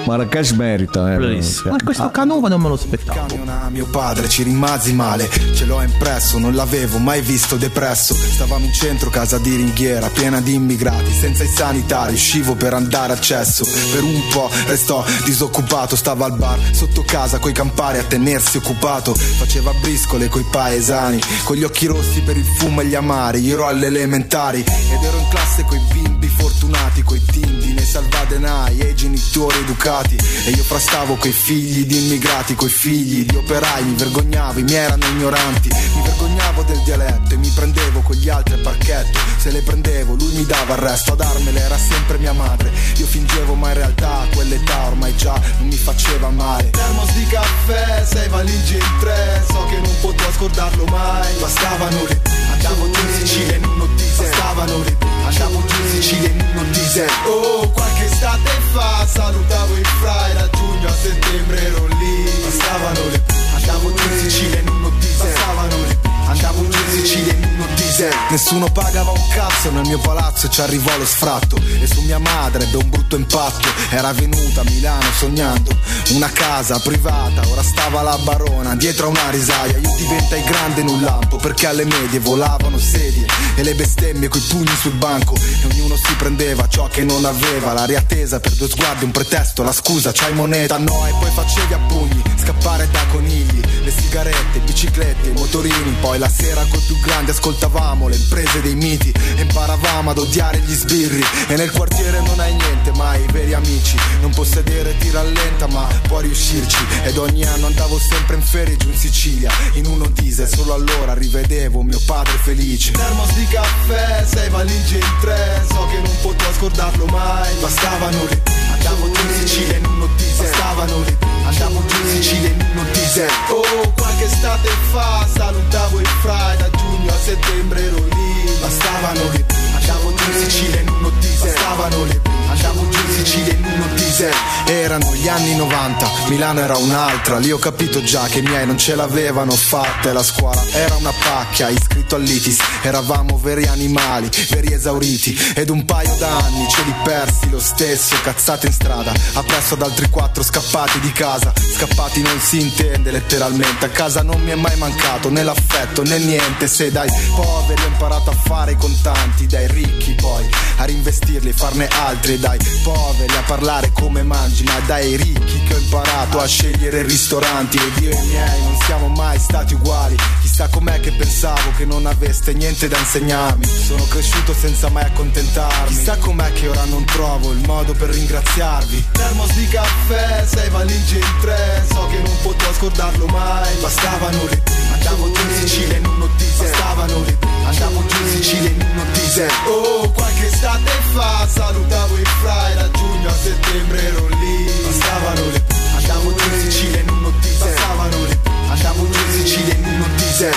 Marrakesh merita, Ma questo Canova non me lo aspettavo. Camiona mio padre, ci rimasi male, ce l'ho impresso, non l'avevo mai visto depresso. Stavamo in centro, casa di ringhiera, piena di immigrati, senza i sanitari, uscivo per andare al cesso. Per un po' restò disoccupato, stava al bar sotto casa coi campari a tenersi occupato. Faceva briscole coi paesani, con gli occhi rossi per il fumo e gli amari. Io ero alle elementari ed ero in classe coi bimbi fortunati, coi tindi nei salvadenai e i genitori educati. E io frastavo coi figli di immigrati, coi figli di operai. Mi vergognavo, i miei erano ignoranti. Mi vergognavo del dialetto e mi prendevo con gli altri al parchetto. Se le prendevo lui mi dava il resto, a darmele era sempre mia madre. Io fingevo ma in realtà a quell'età ormai già non mi faceva male. Termos di caffè, 6 valigie in 3, so che non potrò scordarlo mai. Bastavano le, andavo giù in Sicilia in uno diesel. Bastavano le, andavo giù in Sicilia in uno diesel. Oh, qualche estate fa salutavo il fra e da giugno a settembre ero lì. Bastavano le, andavo giù in Sicilia in uno diesel. Bastavano le, andavo giù in Sicilia in uno diesel. Nessuno pagava un cazzo nel mio palazzo e ci arrivò lo sfratto. E su mia madre ebbe un brutto impatto. Era venuta a Milano sognando una casa privata, ora stava la barona dietro a una risaia. Io diventai grande in un lampo perché alle medie volavano sedie e le bestemmie coi pugni sul banco. E ognuno si prendeva ciò che non aveva, l'aria tesa per 2 sguardi, un pretesto, la scusa, c'hai moneta? No, e poi facevi a pugni, scappare da conigli, le sigarette, biciclette, i motorini. Poi la sera col più grande ascoltavamo le imprese dei miti e imparavamo ad odiare gli sbirri. E nel quartiere non hai niente, ma i veri amici. Non possedere ti rallenta ma può riuscirci. Ed ogni anno andavo sempre in ferie giù in Sicilia in uno diesel, solo allora rivedevo mio padre felice. Termos di caffè, 6 valigie in 3, so che non potrò scordarlo mai. Bastavano le, andavo giù in Sicilia in uno diesel. Bastavano le, andavo giù in Sicilia in uno diesel. Oh, qualche estate fa salutavo il fra e da giugno a settembre ero lì. Bastavano le, andavo giù in Sicilia in uno diesel. Bastavano le, andavo giù in Sicilia in uno diesel. Erano gli anni 90, Milano era un'altra. Lì ho capito già che i miei non ce l'avevano fatta. E la scuola era una pacchia, iscritto all'ITIS. Eravamo veri animali, veri esauriti. Ed un paio d'anni ce li persi lo stesso, cazzate in strada, appresso ad altri 4 scappati di casa. Scappati non si intende letteralmente, a casa non mi è mai mancato né l'affetto né niente. Se dai poveri ho imparato a fare i contanti, dai ricchi poi a reinvestirli e farne altri. Dai poveri a parlare come mangi, ma dai ricchi che ho imparato a scegliere i ristoranti. Ed io e i miei non siamo mai stati uguali. Chissà com'è che pensavo che non aveste niente da insegnarmi. Sono cresciuto senza mai accontentarmi. Chissà com'è che ora non trovo il modo per ringraziarvi. Termos di caffè, 6 valigie in 3, so che non potrò scordarlo mai. Bastavano le, andavo giù in Sicilia in uno diesel. Bastavano le, andavo giù in Sicilia in uno diesel. Oh, qualche estate fa salutavo il fra e da giugno a settembre ero lì. Bastavano le, andavo giù in Sicilia in uno diesel. Bastavano le, andavo giù in Sicilia in uno diesel.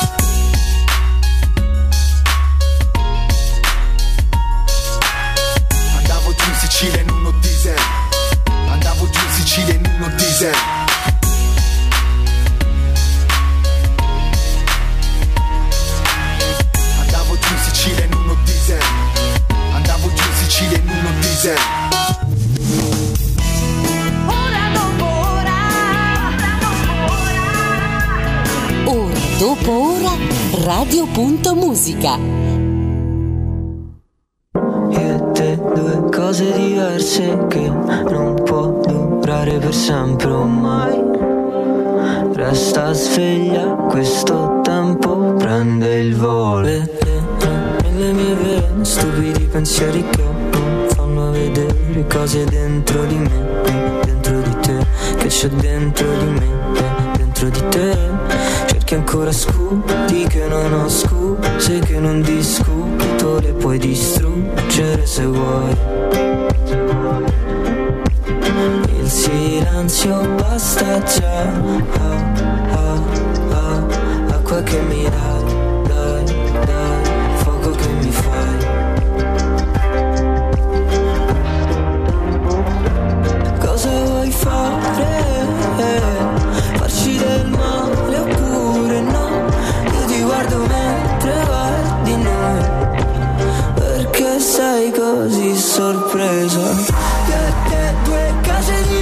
Andavo giù in Sicilia in uno diesel. Andavo giù in Sicilia in uno diesel. Andavo giù in Sicilia in uno diesel. Andavo giù in Sicilia in uno diesel. Ora dopo ora, radio.musica. Io e te, 2 cose diverse che non può durare per sempre o mai. Resta sveglia, questo tempo prende il volo. Nelle mie vene, stupidi pensieri che non fanno vedere cose dentro di me, dentro di te, che c'è dentro di me, dentro di te. Cerchi ancora scudi che non ho, scuse che non discuto, le puoi distruggere se vuoi. Il silenzio basta già, acqua che mi dai, fuoco che mi fai. Cosa vuoi fare? Farci del male oppure no? Io ti guardo mentre guardi noi, perché sei così sorpresa. Io e te, 2 case di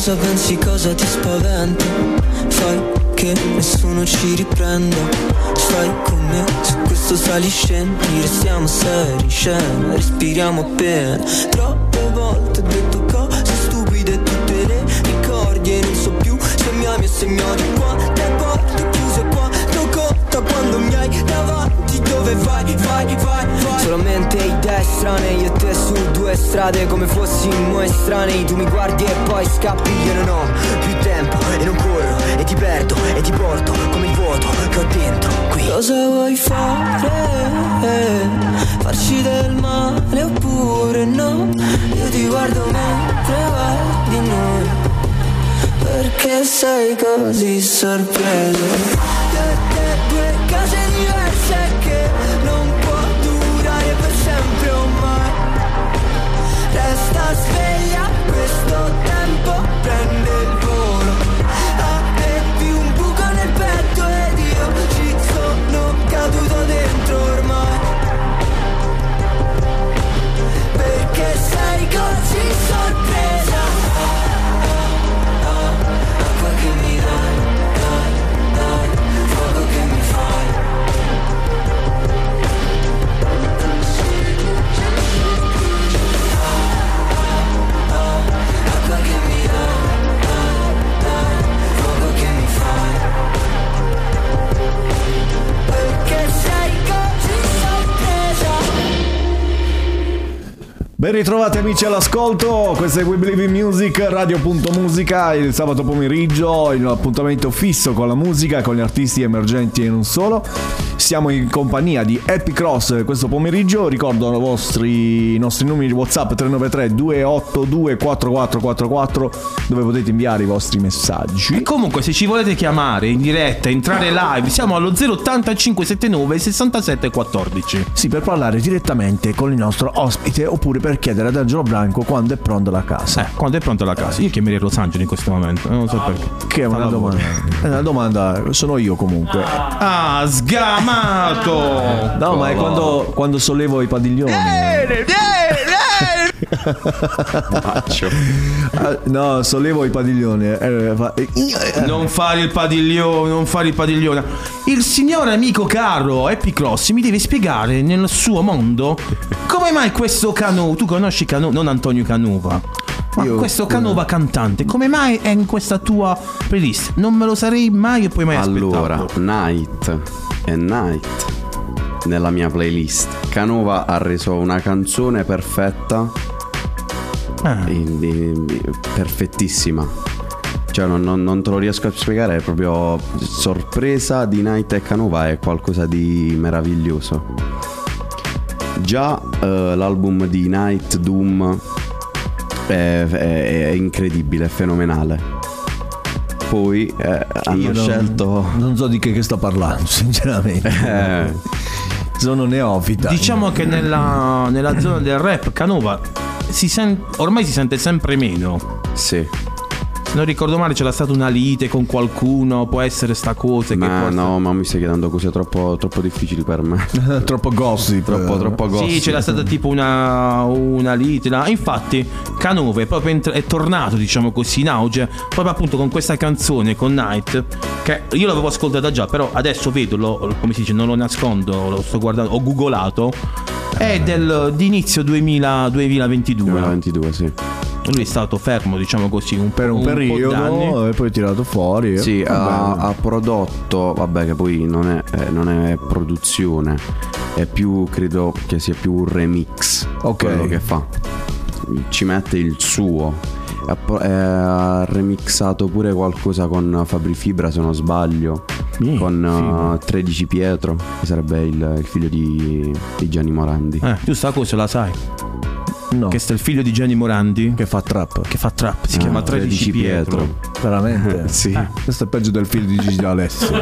cosa pensi, cosa ti spaventa? Fai che nessuno ci riprenda. Stai con me su questo saliscendi. Restiamo seri in scena, respiriamo appena. Troppe volte ho detto cose stupide, tu te le ricordi e non so più se mi ami o se mi odi. Quante porte chiuse, quanto conta quando mi hai davanti. Dove vai, vai, vai, vai. Solamente idee strane, io e te su due strade come fossimo estranei. Tu mi guardi e poi scappi, io non ho più tempo e non corro e ti perdo e ti porto come il vuoto che ho dentro qui. Cosa vuoi fare? Farci del male oppure no? Io ti guardo mentre vai di noi, perché sei così sorpreso. Io e te due case diverse che non può durare per sempre o mai. Resta sveglia, questo tempo prende il volo. Avevi un buco nel petto ed io ci sono caduto dentro ormai, perché sei così sorpresa. Acqua che mi dai, dai, dai, fuoco che mi fai. Acqua che mi dai, dai, dai, fuoco che mi fai. Perché sei così sorpresa. Ben ritrovati amici all'ascolto, questo è We Believe in Music, radio.musica, il sabato pomeriggio, l'appuntamento fisso con la musica, con gli artisti emergenti e non solo. Siamo in compagnia di Happy Cross questo pomeriggio. Ricordo i nostri numeri WhatsApp 393 282 4444, dove potete inviare i vostri messaggi. E comunque se ci volete chiamare in diretta, entrare live, siamo allo 08579 6714. Sì, per parlare direttamente con il nostro ospite oppure per chiedere ad Angelo Branco quando è pronta la casa. Quando è pronta la casa? Io chiamerei Los Angeles in questo momento, non so perché. Che è una domanda. È una domanda, sono io comunque. Ah, sgamato! No, ma è quando sollevo i padiglioni. No, sollevo i padiglioni. Non fare il padiglione, non fare il padiglione. Il signor amico caro Happy Cross mi deve spiegare nel suo mondo come mai questo Canova. Tu conosci Canova? Non Antonio Canova, ma questo Canova cantante, come mai è in questa tua playlist? Non me lo sarei mai e poi mai aspettato. Allora, Night e Night nella mia playlist. Canova ha reso una canzone perfetta, perfettissima. Cioè non te lo riesco a spiegare, è proprio sorpresa di Night e Canova, è qualcosa di meraviglioso. Già l'album di Night, Doom, è incredibile, è fenomenale. Poi hanno scelto... Non so di che sto parlando, sinceramente. Sono neofita. Diciamo che nella zona del rap Canova ormai si sente sempre meno. Sì. Se non ricordo male c'era stata una lite con qualcuno, può essere sta cosa. No, ma mi stai chiedendo cose troppo difficili per me. Troppo gossip. Troppo gossip. Sì, c'era stata tipo una lite. Infatti Canova è proprio è tornato, diciamo così, in auge proprio appunto con questa canzone, con Night, che io l'avevo ascoltata già, però adesso vedo, come si dice, non lo nascondo, lo sto guardando, ho googolato. È di inizio 2022. 2022, sì. Lui è stato fermo, diciamo così, per un periodo e poi tirato fuori. Sì, ha prodotto, vabbè, che poi non è produzione, è più, credo che sia più un remix. Quello che fa, ci mette il suo. Ha remixato pure qualcosa con Fabri Fibra, se non sbaglio, con 13 Pietro, che sarebbe il figlio di Gianni Morandi. Tu sta cosa la sai? No. Che sta il figlio di Gianni Morandi che fa trap. Si chiama 13 Pietro. Veramente? Sì. Questo è peggio del figlio di Gigi D'Alessio.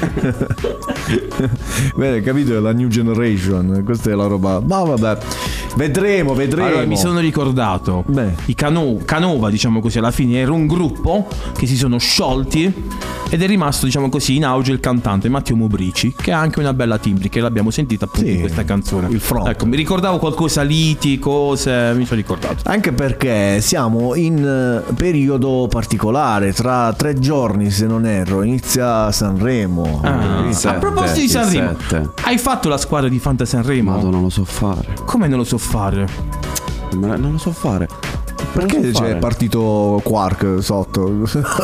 Bene, capito? È la new generation. Questa è la roba. Ma vabbè. Vedremo. Allora, mi sono ricordato. I Canova, diciamo così, alla fine era un gruppo che si sono sciolti ed è rimasto, diciamo così, in auge il cantante Matteo Mubrici, che ha anche una bella timbri, che l'abbiamo sentita appunto in questa canzone. Il front. Ecco, mi ricordavo qualcosa, liti, cose, mi sono ricordato. Anche perché siamo in periodo particolare, tra 3 giorni se non erro inizia Sanremo. A proposito di Sanremo, hai fatto la squadra di Fanta Sanremo? Ma non lo so fare. Come non lo so fare? Non lo so fare. Perché c'è partito Quark sotto?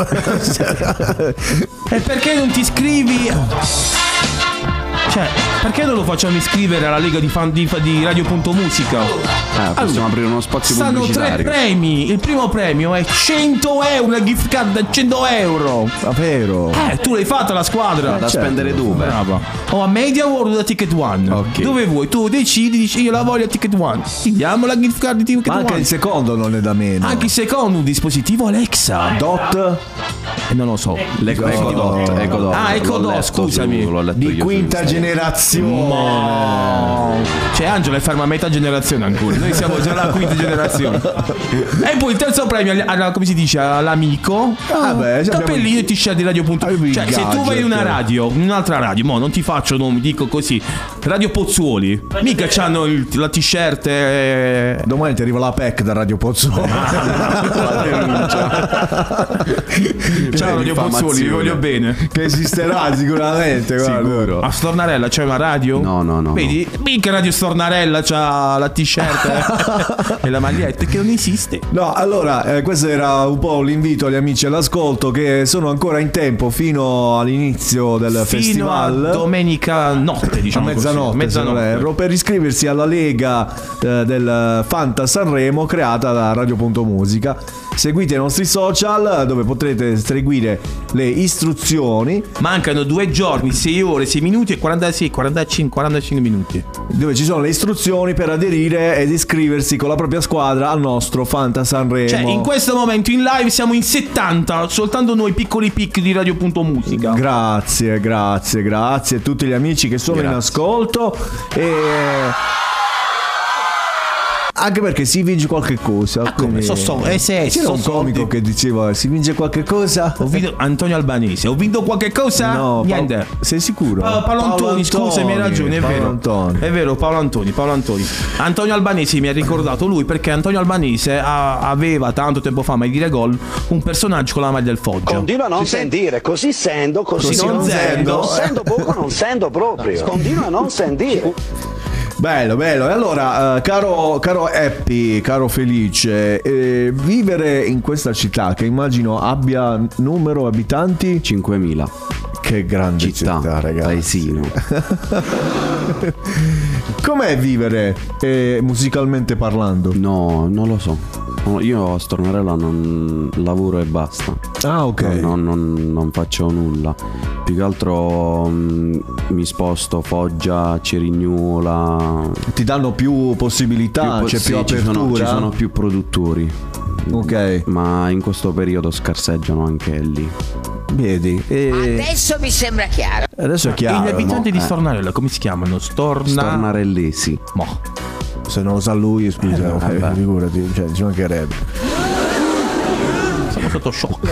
E perché non ti iscrivi? Cioè, perché non lo facciamo iscrivere alla Lega di fan di Radio.musica? Possiamo aprire uno spazio stanno pubblicitario. 3 premi. Il primo premio è 100 euro, una gift card da 100 euro. Davvero? Tu l'hai fatta la squadra. Da spendere dove? Brava. O a Media World o da Ticket One. Dove vuoi? Tu decidi, dici io la voglio a Ticket One. Ti diamo la gift card di Ticket One. Ma anche il secondo non è da meno. Anche il secondo, un dispositivo Alexa. Dot? Non lo so. Ecodot. Ecodot, scusami. Di quinta generazione. Cioè Angelo è ferma a metà generazione ancora. Noi siamo già alla quinta generazione. E poi il terzo premio come si dice, all'amico. Cappellino e t-shirt di Radio.musica. Cioè se tu vai in una radio, in un'altra radio, non ti faccio nomi, dico così, Radio Pozzuoli, mica c'hanno la t-shirt. Domani ti arriva la PEC da Radio Pozzuoli. Ciao Radio Pozzuoli, vi voglio bene. Che esisterà sicuramente. Sicuro. A Stornarella c'è una radio? No. Vedi? Mica Radio Stornarella c'ha la t-shirt e la maglietta che non esiste. No, allora, questo era un po' l'invito agli amici all'ascolto che sono ancora in tempo fino all'inizio del festival. A domenica notte, diciamo a mezzanotte, se non erro, per iscriversi alla Lega del Fanta Sanremo creata da Radio.musica. Seguite i nostri social dove potrete seguire le istruzioni. Mancano 2 giorni, 6 ore, 6 minuti e 45 minuti. Dove ci sono le istruzioni per aderire ed iscriversi con la propria squadra al nostro Fanta Sanremo. Cioè in questo momento in live siamo in 70, soltanto noi piccoli picchi di Radio.musica. Grazie a tutti gli amici che sono in ascolto. Anche perché si vince qualche cosa. Come? C'era un comico che diceva si vince qualche cosa. Ho vinto Antonio Albanese. Ho vinto qualche cosa? No, niente. Sei sicuro? Paolo Antoni, scusami, hai ragione, è vero. È vero, Paolo Antoni. Antonio Albanese mi ha ricordato lui perché Antonio Albanese aveva tanto tempo fa, mai dire gol, un personaggio con la maglia del Foggia. Continua a non sentire, così sendo poco, non sento proprio. Continua a non sentire. Bello. E allora, caro Happy, caro Felice, vivere in questa città che immagino abbia numero abitanti 5.000. Che grande città ragazzi. Paesino. Com'è vivere musicalmente parlando? No, non lo so. Io a Stornarella non lavoro e basta. Ah, ok. Non faccio nulla. Più che altro mi sposto Foggia, Cerignola. Ti danno più possibilità, c'è più apertura. Ci sono più produttori. Ok. Ma in questo periodo scarseggiano anche lì. Vedi? Adesso mi sembra chiaro. Adesso è chiaro. E gli abitanti di Stornarella come si chiamano? Stornarellesi. Se non lo sa lui, scusa, figurati, cioè ci mancherebbe. Sono sotto shock.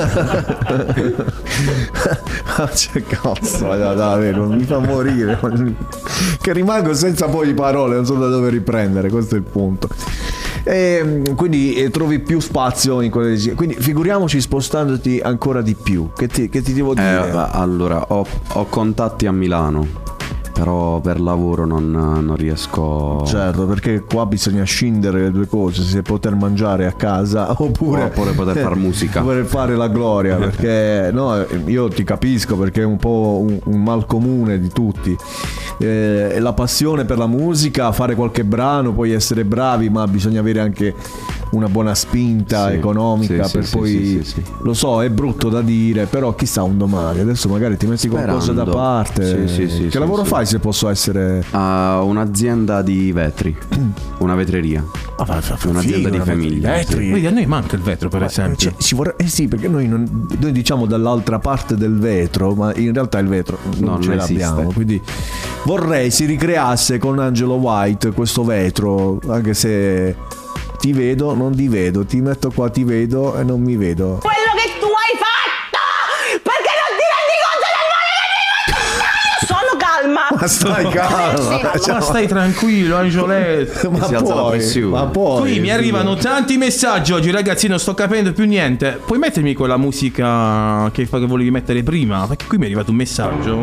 C'è cazzo, davvero, mi fa morire. Che rimango senza poi parole, non so da dove riprendere, questo è il punto. E quindi trovi più spazio in quelle. Quindi figuriamoci spostandoti ancora di più. Che ti devo dire? Allora, ho contatti a Milano. Però per lavoro non riesco. Certo, perché qua bisogna scindere le due cose: se poter mangiare a casa oppure poter fare musica, poter fare la gloria. Perché no, io ti capisco, perché è un po' un mal comune di tutti. La passione per la musica, fare qualche brano, poi essere bravi, ma bisogna avere anche una buona spinta economica per poi. Lo so, è brutto da dire, però chissà un domani. Adesso magari ti metti qualcosa da parte. Che lavoro fai, se posso essere? Un'azienda di vetri, una vetreria. un'azienda di famiglia. Vedi, a noi manca il vetro, per esempio. Sì, perché noi diciamo dall'altra parte del vetro, ma in realtà il vetro non ce l'abbiamo. Quindi vorrei si ricreasse con Angelo White questo vetro, anche se ti vedo, non ti vedo, ti metto qua, ti vedo e non mi vedo. Quello che tu hai fatto! Perché non ti rendi conto del male che ti hai fatto? Sono calma! Ma stai calma! Ma stai tranquillo, Angioletto. Si alza la pressione. Qui mi arrivano tanti messaggi oggi, ragazzi, non sto capendo più niente. Puoi mettermi quella musica che volevi mettere prima? Perché qui mi è arrivato un messaggio.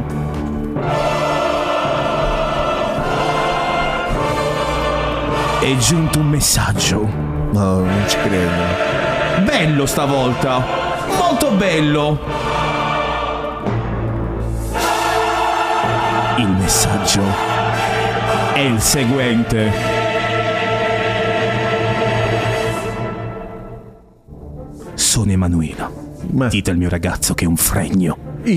È giunto un messaggio. No, non ci credo. Bello stavolta. Molto bello. Il messaggio è il seguente. Sono Emanuela. Dite al mio ragazzo che è un fregno.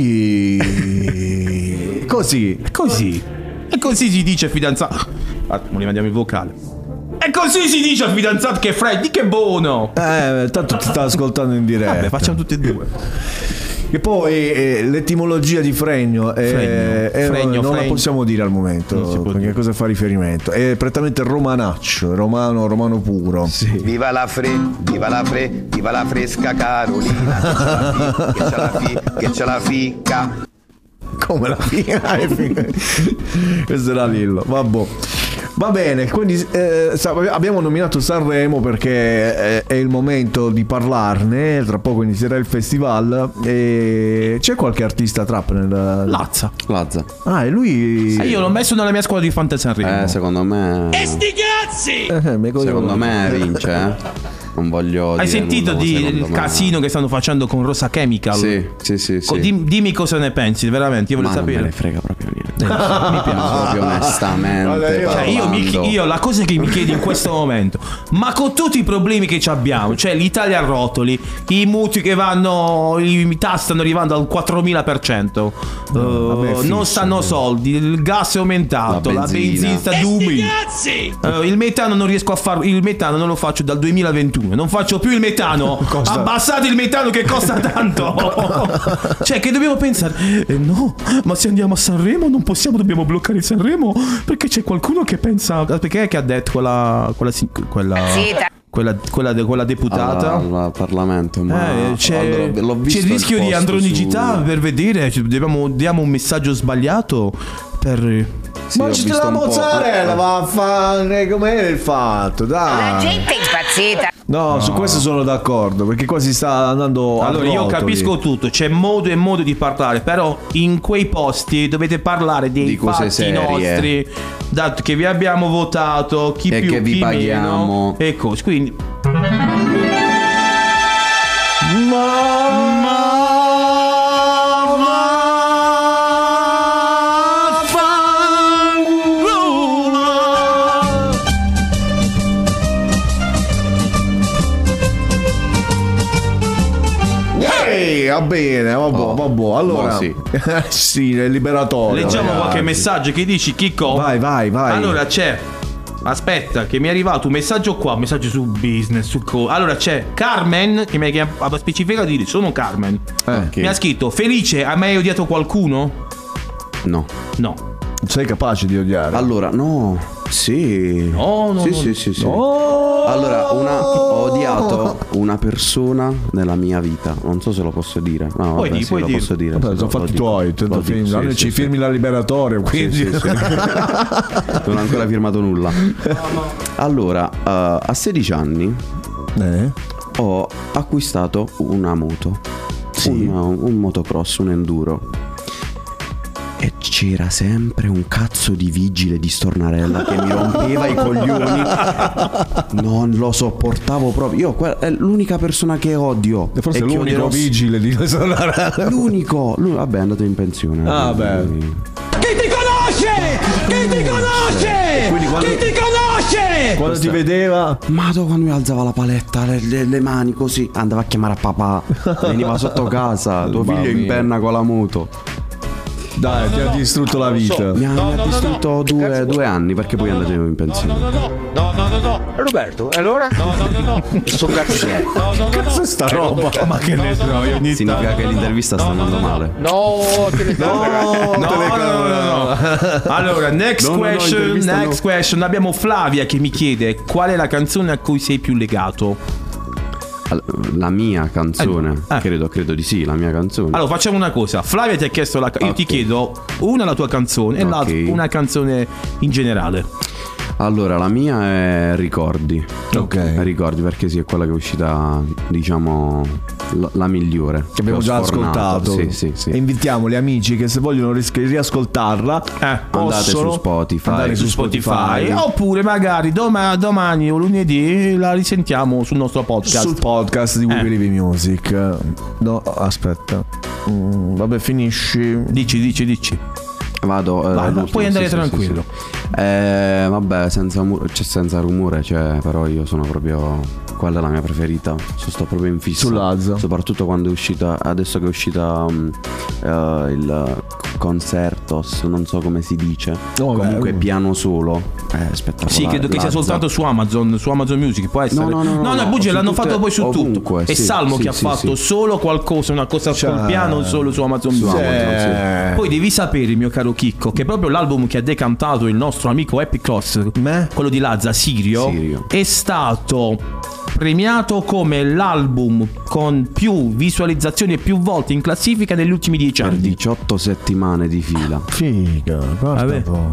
Così. E così si dice fidanzato. Rimandiamo il vocale. E così si dice al fidanzato che è freddo, che buono. Tanto ti sta ascoltando in diretta. Vabbè, facciamo tutti e due. E poi l'etimologia di fregno, non la possiamo dire al momento, perché cosa fa riferimento? È prettamente romanaccio, romano puro. Sì. Viva la fresca Carolina, che c'è la fica. Come la fica? Questo era Lillo, vabbè. Va bene, quindi abbiamo nominato Sanremo perché è il momento di parlarne. Tra poco inizierà il festival. E c'è qualche artista trap nel... Lazza. Ah, e lui... io l'ho messo nella mia squadra di Fantasy Sanremo. Secondo me... E sti cazzi! Secondo me vince, Non voglio. Hai sentito il casino che stanno facendo con Rosa Chemical? Sì. Dimmi cosa ne pensi, veramente. Io voglio sapere. Non me ne frega proprio niente. Mi piace proprio onestamente. Cioè, io la cosa che mi chiedi in questo momento, ma con tutti i problemi che abbiamo, cioè l'Italia a rotoli, i mutui che vanno, i tassi stanno arrivando al 4000%, non stanno soldi, il gas è aumentato, la benzina sta dumi. Il metano non riesco a farlo, il metano non lo faccio dal 2021, non faccio più il metano. Abbassate il metano che costa tanto. Cioè, che dobbiamo pensare? No, ma se andiamo a Sanremo non possiamo, dobbiamo bloccare Sanremo perché c'è qualcuno che pensa. Perché che ha detto quella deputata al Parlamento, ma c'è l'ho visto il rischio di andronicità per vedere, diamo un messaggio sbagliato per... ma c'è la mozzarella, va a fare com'è il fatto, dai. La gente è impazzita. No, su questo sono d'accordo, perché qua si sta andando. Allora, io capisco tutto, c'è modo e modo di parlare, però in quei posti dovete parlare dei fatti serie nostri, dato che vi abbiamo votato, chi e più, che vi chi paghiamo. meno, e così. Quindi va bene, vabbè. Allora, sì. Sì, è liberatorio. leggiamo qualche messaggio. Che dici, Chicco? Vai. Allora c'è. Aspetta, che mi è arrivato un messaggio qua, un messaggio su business, allora c'è Carmen che mi ha specificato di dire sono Carmen. Mi ha scritto: Felice, hai mai odiato qualcuno? No. Sei capace di odiare? Allora, no. Sì. No. Sì. Allora, ho odiato una persona nella mia vita. Non so se lo posso dire. No, puoi dire. Posso dire. Vabbè, sono fatti tuoi. Ci firmi la liberatoria, quindi. Sì. Non ho ancora firmato nulla. Allora, a 16 anni ho acquistato una moto. Un motocross, un enduro. E c'era sempre un cazzo di vigile di Stornarella che mi rompeva i coglioni. Non lo sopportavo proprio. Io è l'unica persona che odio. E forse è l'unico vigile di Stornarella. L'unico. Vabbè, è andato in pensione. Ah, beh. Chi ti conosce? Quando ti vedeva? Quando mi alzava la paletta, le mani così, andava a chiamare a papà. Veniva sotto casa. Tuo figlio in penna con la moto. Dai, ti ha distrutto la vita. Mi ha distrutto due anni perché poi andate in pensione. No. Roberto, allora? No. Sto cazzo. Che cazzo è sta roba? Ma che ne so io, Significa che l'intervista sta andando male. No. Allora, next question. Abbiamo Flavia che mi chiede qual è la canzone a cui sei più legato. La mia canzone, credo di sì, la mia canzone. Allora facciamo una cosa. Flavia ti ha chiesto io ti chiedo una la tua canzone e l'altra una canzone in generale. Allora, la mia è Ricordi. Ok. Ricordi perché sì, è quella che è uscita, diciamo, la migliore. Che abbiamo già ascoltato. Sì. E invitiamo gli amici che se vogliono riascoltarla andate su Spotify. Oppure magari domani o lunedì la risentiamo sul nostro podcast. Sul podcast di We Believe in Music. No, aspetta. Vabbè, finisci. Dici. Vado. Puoi andare tranquillo. Vabbè, senza rumore, però io sono proprio. Quella è la mia preferita. Sto proprio in fissa. Sull'Azza. Soprattutto quando è uscita. Adesso che è uscita il Concertos, non so come si dice. Comunque piano solo. È spettacolare. Sì, credo che sia soltanto su Amazon Music. Può essere. No, bugie, l'hanno fatto poi su tutto. È Salmo che ha fatto solo qualcosa, una cosa col piano solo su Amazon Music. Poi devi sapere, mio caro Chicco, che proprio l'album che ha decantato il nostro amico Epic Cross, quello di Lazza, Sirio, è stato premiato come l'album con più visualizzazioni e più volte in classifica negli ultimi 10 anni. Per 18 settimane di fila. Figa, guarda un po'.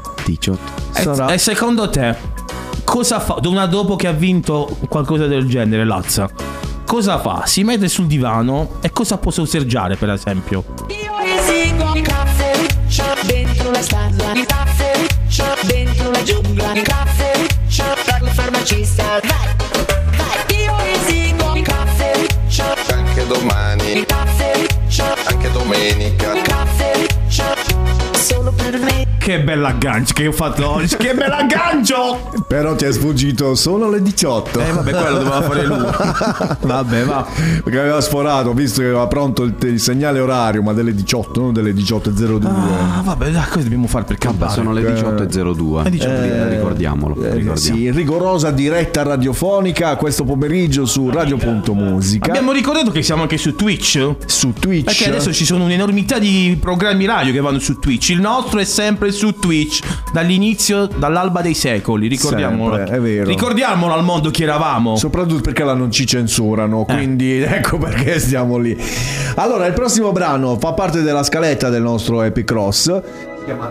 18. E secondo te cosa fa dopo che ha vinto qualcosa del genere, Lazza? Cosa fa? Si mette sul divano e cosa può sorseggiare, per esempio? Io esigo il caffeuccio dentro la stanza, il caffeuccio dentro la giungla, il caffeuccio per la farmacista. Vai, io esigo il caffeuccio anche domani, il caffeuccio anche domenica, il caffeuccio solo per me. Che bell'aggancio che ho fatto oggi. Che bell'aggancio. Però ti è sfuggito solo alle 18. Vabbè, quello doveva fare lui. Vabbè, va. Perché aveva sforato, visto che aveva pronto il segnale orario, ma delle 18, non delle 18.02. Vabbè, dai, cosa dobbiamo fare per campare? Sono le 18.02. Ricordiamolo. Sì, rigorosa diretta radiofonica questo pomeriggio su Radio.musica. Abbiamo ricordato che siamo anche su Twitch. Su Twitch. Perché adesso ci sono un'enormità di programmi radio che vanno su Twitch. Il nostro è sempre su Twitch dall'alba dei secoli, ricordiamolo. Sempre, è vero. Ricordiamolo al mondo chi eravamo. Soprattutto perché là non ci censurano, quindi ecco perché stiamo lì. Allora, il prossimo brano fa parte della scaletta del nostro Epic Cross. Si chiama...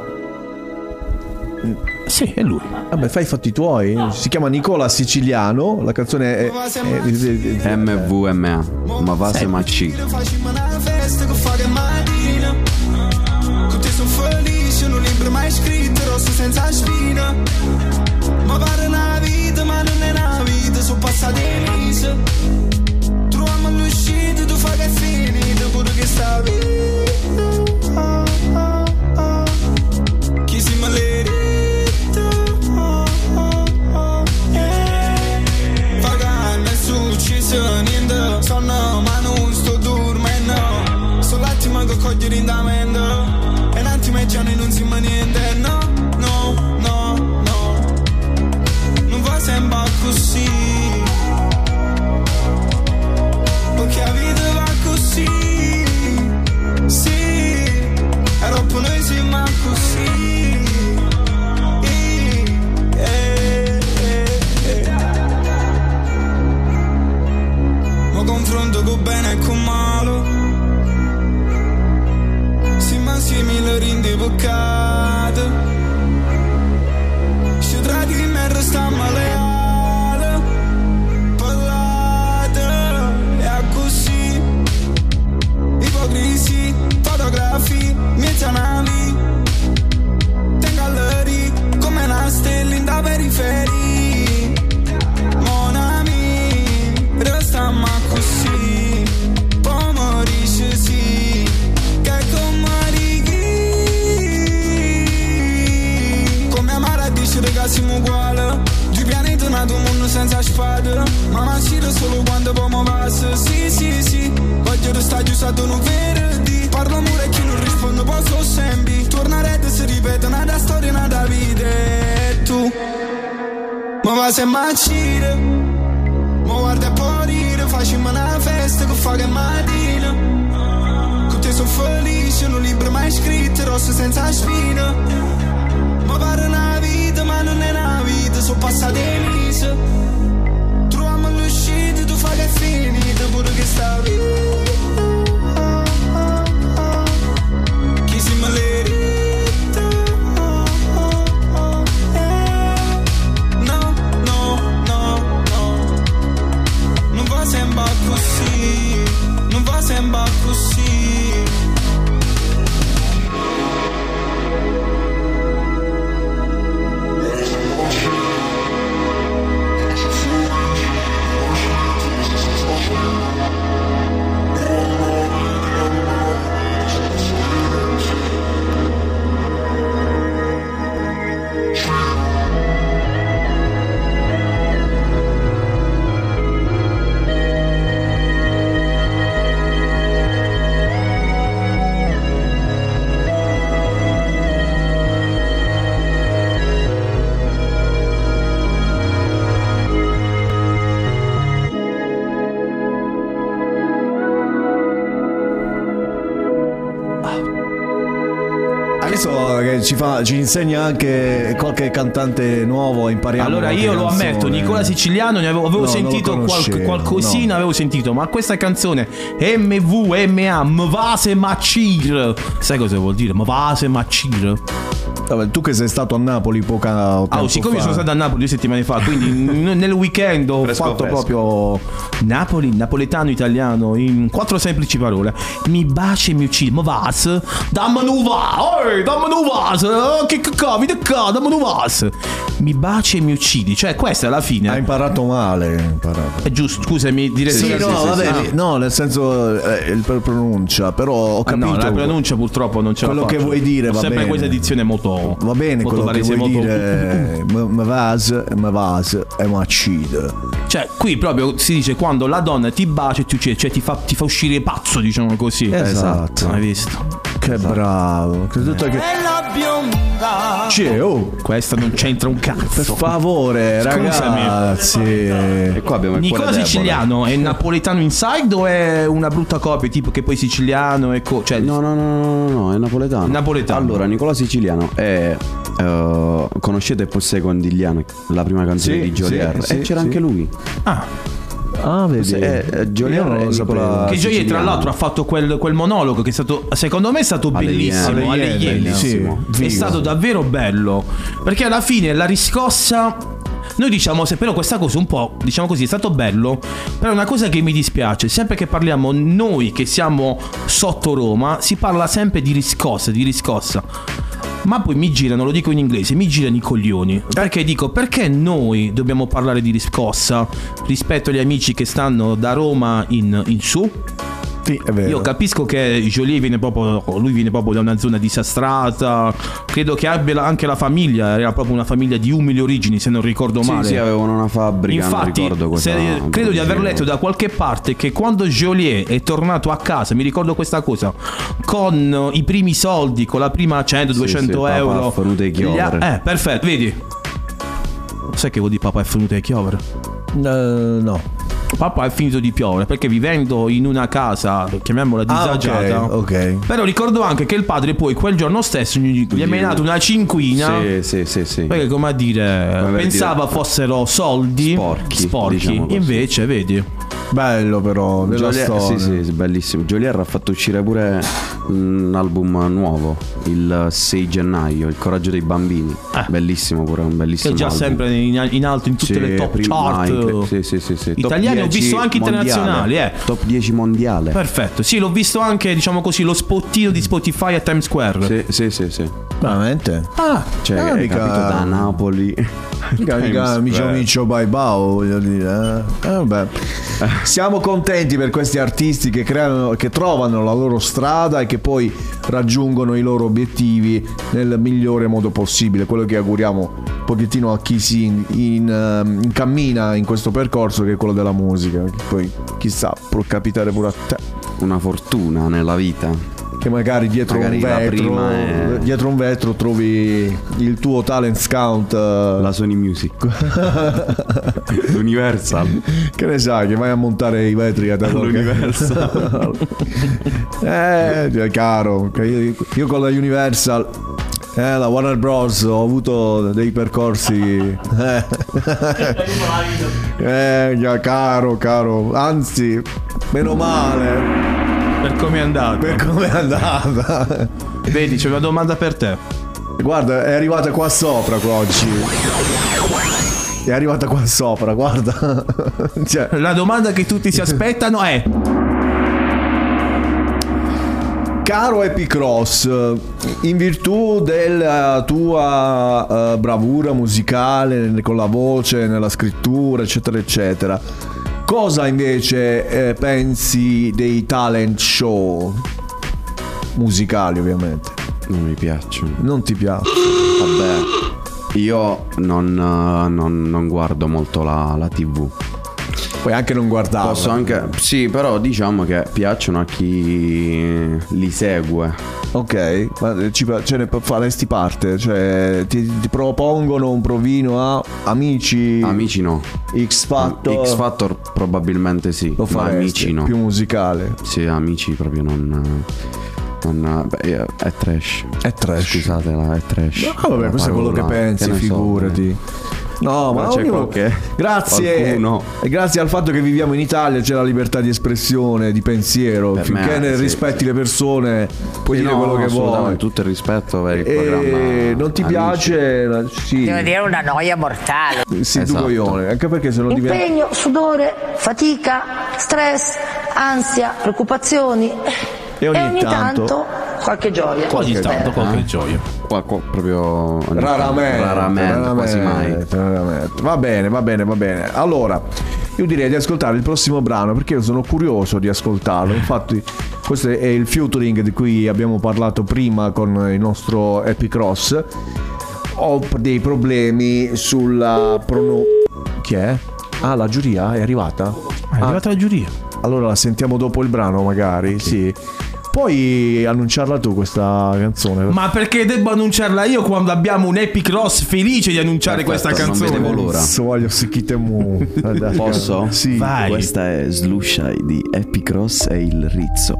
Sì, è lui. Vabbè, fai i fatti tuoi. Si chiama Nicola Siciliano. La canzone è MVMA. Ma va se macci. Sono un libro mai scritto, rosso senza spina. Ma pare una vita, ma non è una vita. Sono passate mesi. Troviamo l'uscita, tu fai che è finito, pure che sta vita. Chi si maledetto. Fa che è successo niente. Sonno ma non sto dormendo. Solo l'attimo che coglio l'indamento. E un attimo e giorni non si ma niente. No. Non va sembra così. Perché la vita va così. Sì. E dopo noi siamo così. Ma confronto con bene e con male. Simile rinde peccato. Se trati di merda sta maleata. Parlata. È così. Ipocrisi. Fotografi. Mezzanali. Tengalleri. Come una stella in da periferi. Mon ami. Resta ma così. Poi morisce sì. Che come che siamo uguali. Due pianeti nato un mondo senza spada. Ma nascere solo quando pomo passa. Sì. Voglio restare usato non venerdì. Parlo amore e chi non risponde posso sentire. va se macire. Ma guarda e può dire, facciamo una festa che fa che mattina. Con te sono felice, non libro mai scritto, rosso senza spina. Ma pare una vita, ma non è una vita, sono passate mesi. Troviamo l'uscita, tu fai che è finita, pure che sta vita. Chi si malere? Sembra così, non va sembra così. Che ci insegna anche qualche cantante nuovo, impariamo. Allora io lo ammetto, Nicola Siciliano ne avevo sentito qualcosina, avevo sentito, ma questa canzone MVMA Mvase Macir, sai cosa vuol dire? Mvase Macir. Vabbè, tu che sei stato a Napoli poca tempo siccome fa. sono stato a Napoli 2 settimane fa, quindi nel weekend ho fatto proprio napoletano italiano in 4 semplici parole. Mi baci e mi uccidi, ma vas, dammi un vas, che capita qua, dammi un vas. Mi baci e mi uccidi, cioè questa alla fine. Hai imparato male, È giusto, scusami, direttore. No, nel senso il pronuncia, però ho capito. No, la pronuncia purtroppo non ce la faccio. Quello che vuoi dire, va sempre bene. Questa edizione molto. Va bene, molto quello che vuoi molto... dire. Ma vas e macide. Cioè, qui proprio si dice quando la donna ti bacia e ti uccide, cioè ti fa uscire pazzo, diciamo così. Esatto. Hai visto? Che bravo. Credo che questa non c'entra un cazzo. Per favore, ragazzi. E qua abbiamo il Nicola Siciliano è napoletano inside o è una brutta copia tipo che poi siciliano e cioè... No, è napoletano. Allora, Nicola Siciliano è conoscete Posse Condigliano, la prima canzone di Jolier, e c'era anche lui. Vedi. Jolier che Jolier tra l'altro ha fatto quel monologo che è stato, secondo me è stato bellissimo alle Iene. È stato davvero bello, perché alla fine la riscossa. Noi diciamo, se però questa cosa un po', diciamo così, è stato bello, però è una cosa che mi dispiace, sempre che parliamo noi che siamo sotto Roma, si parla sempre di riscossa. Ma poi mi girano, lo dico in inglese, mi girano i coglioni. Perché dico, perché noi dobbiamo parlare di riscossa rispetto agli amici che stanno da Roma in su? Sì, è vero. Io capisco che Joliet viene proprio da una zona disastrata. Credo che abbia anche la famiglia, era proprio una famiglia di umili origini, se non ricordo male. Sì, avevano una fabbrica. Infatti, non ricordo cosa. Credo di aver letto da qualche parte che quando Joliet è tornato a casa, mi ricordo questa cosa, con i primi soldi, con la prima 100-200 euro. Perfetto, vedi. Sai che vuol dire papà è venuto a chiovere? No. Papà è finito di piovere perché vivendo in una casa, chiamiamola disagiata, ok. Però ricordo anche che il padre poi quel giorno stesso gli ha menato una cinquina. Sì. Perché come a dire, pensava fossero soldi sporchi. Diciamo invece vedi. Bello però, sì, bellissimo. Jolier ha fatto uscire pure un album nuovo il 6 gennaio, Il coraggio dei bambini. Bellissimo pure, un bellissimo che è già album. Sempre in alto in tutte le top chart. Sì. Italiani ho visto anche internazionali, Top 10 mondiale. Perfetto. Sì, l'ho visto anche, diciamo così, lo spottino di Spotify a Times Square. Sì. Veramente? Cioè, hai capito, da Napoli. Micio bye voglio dire. Vabbè. Siamo contenti per questi artisti che trovano la loro strada e che poi raggiungono i loro obiettivi nel migliore modo possibile. Quello che auguriamo un pochettino a chi si incammina in questo percorso, che è quello della musica, che poi chissà può capitare pure a te. Una fortuna nella vita. che magari dietro Magari un la vetro prima è- dietro un vetro trovi il tuo talent scout, La Sony Music. L'Universal. che ne sai, che vai a montare i vetri ad All'Universal. Caro, che io con la Universal, la Warner Bros. Ho avuto dei percorsi caro, anzi, meno male Per come è andato. per come è andata. Vedi, c'è una domanda per te. Guarda, è arrivata qua sopra oggi. È arrivata qua sopra, guarda. Cioè, La domanda che tutti si aspettano è: caro Epicross, in virtù della tua bravura musicale con la voce, nella scrittura, eccetera, eccetera, cosa invece pensi dei talent show musicali, ovviamente? Non mi piacciono. Non ti piace? Vabbè, io non guardo molto la TV. Puoi anche non guardarlo. Posso anche. Sì, però diciamo che piacciono a chi li segue. Ok, ma ce ne faresti parte? Cioè, ti propongono un provino a Amici? Amici no. X Factor? X Factor probabilmente sì. Lo Ma faresti, Amici no. più musicale. Sì, Amici proprio non. Beh, è trash. È trash. Scusatela, è trash. Ah, vabbè, questo è quello che pensi, figurati. No, ma c'è ognuno... grazie, qualcuno. e grazie al fatto che viviamo in Italia c'è la libertà di espressione, di pensiero. Per finché me, ne sì. rispetti le persone, puoi dire quello che vuoi. Tutto il rispetto per il programma. Non ti Amici. piace? Sì. Devo dire una noia mortale. Sì, Esatto. du coglione, anche perché se non diventi... Impegno, sudore, fatica, stress, ansia, preoccupazioni E ogni tanto qualche gioia. Ogni tanto qualche gioia. Proprio Raramente, quasi mai. raramente. Va bene. Allora, io direi di ascoltare il prossimo brano perché io sono curioso di ascoltarlo. Infatti, questo è il featuring di cui abbiamo parlato prima con il nostro Epicross. Ho dei problemi sulla Chi è? Ah, la giuria è arrivata? È arrivata la giuria. Allora la sentiamo dopo il brano, magari. Sì. Puoi annunciarla tu questa canzone? Ma perché devo annunciarla io quando abbiamo un Epicross felice di annunciare questa canzone? Non vedevo l'ora. Voglio Sikitemu. Posso? Sì. Vai. Questa è Slushai di Epicross e il Rizzo.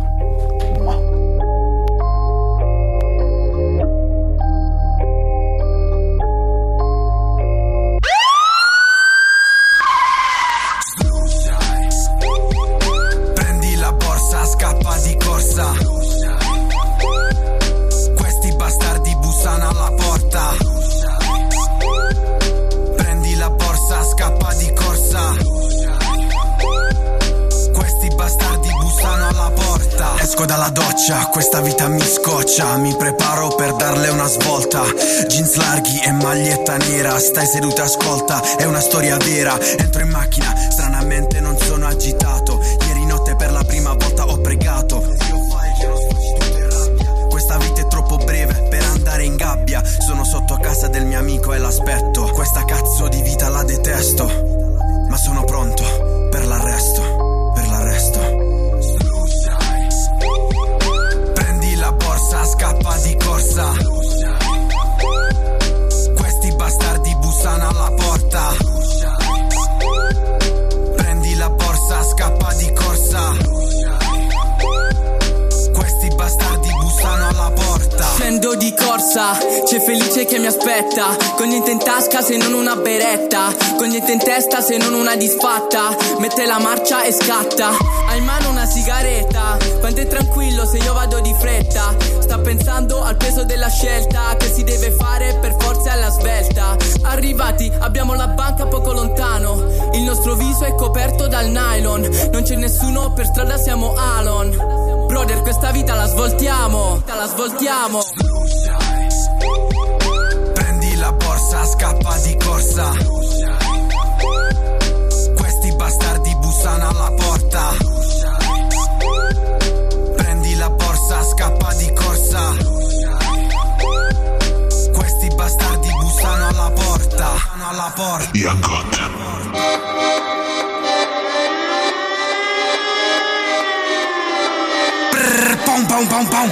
Prendi la borsa, scappa di corsa. Questi bastardi bussano alla porta. Prendi la borsa, scappa di corsa. Questi bastardi bussano alla porta. Esco dalla doccia, questa vita mi scoccia. Mi preparo per darle una svolta. Jeans larghi e maglietta nera. Stai seduta, ascolta, è una storia vera. Entro in macchina, stranamente non sono agitato. Ieri notte per la prima volta ho pregato. Questa vita è troppo breve per andare in gabbia. Sono sotto a casa del mio amico e l'aspetto. Questa cazzo di vita la detesto, ma sono pronto per l'arresto, per l'arresto. Prendi la borsa, scappa di corsa. Questi bastardi bussano alla porta. Prendi la borsa, scappa di corsa. Questi bastardi bussano alla porta. Scendo di corsa, c'è Felice che mi aspetta. Con niente in tasca se non una beretta. Con niente in testa se non una disfatta. Mette la marcia e scatta. Ha in mano una sigaretta. Quanto è tranquillo se io vado di fretta. Sta pensando al peso della scelta che si deve fare per forza alla svelta. Arrivati, abbiamo la banca poco lontano. Il nostro viso è coperto dal nylon. Non c'è nessuno per strada, siamo Alon. Brother, questa vita la svoltiamo. La svoltiamo. Prendi la borsa, scappa di corsa. Questi bastardi bussano alla porta. Prendi la borsa, scappa di corsa. Questi bastardi bussano alla porta. Alla porta. Young God. Pompa pam pam pam.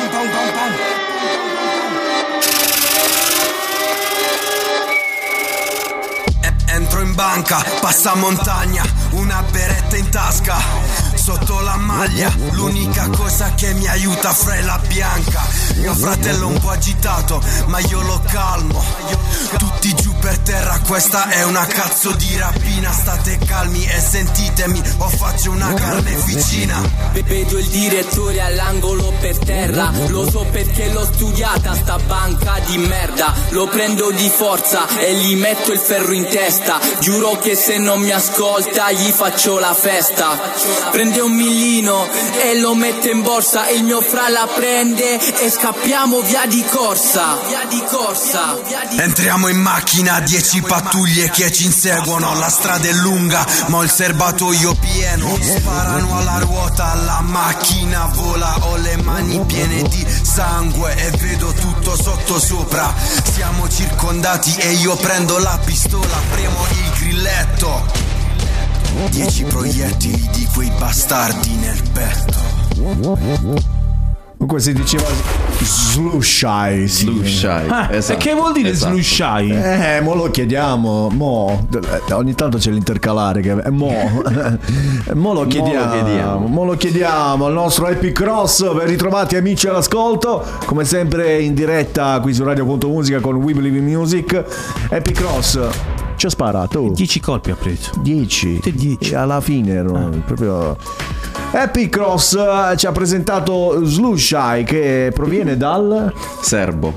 Entro in banca, passamontagna, una beretta in tasca, sotto la maglia, l'unica cosa che mi aiuta fra è la bianca. Mio fratello un po' agitato, ma io lo calmo. Tutti giù per terra, questa è una cazzo di rapina. State calmi e sentitemi, o faccio una carneficina. Vedo il direttore all'angolo per terra, lo so perché l'ho studiata sta banca di merda. Lo prendo di forza e gli metto il ferro in testa. Giuro che se non mi ascolta gli faccio la festa. Prende un millino e lo mette in borsa, e il mio fra la prende e scappiamo via di corsa. Entriamo in macchina, 10 pattuglie che ci inseguono. La strada è lunga, ma ho il serbatoio pieno. Sparano alla ruota, la macchina vola. Ho le mani piene di sangue e vedo tutto sotto sopra. Siamo circondati e io prendo la pistola, premo il grilletto. 10 proiettili di quei bastardi nel petto. Comunque si diceva slushai. Esatto. E che vuol dire slushai? Mo lo chiediamo. Ogni tanto c'è l'intercalare che mo lo chiediamo al nostro Happy Cross. Ben ritrovati amici all'ascolto, come sempre in diretta qui su Radio.musica con We Believe in Music. Happy Cross ci ha sparato 10 colpi ha preso. 10 alla fine proprio. Happy Cross ci ha presentato Slushai, che proviene dal serbo.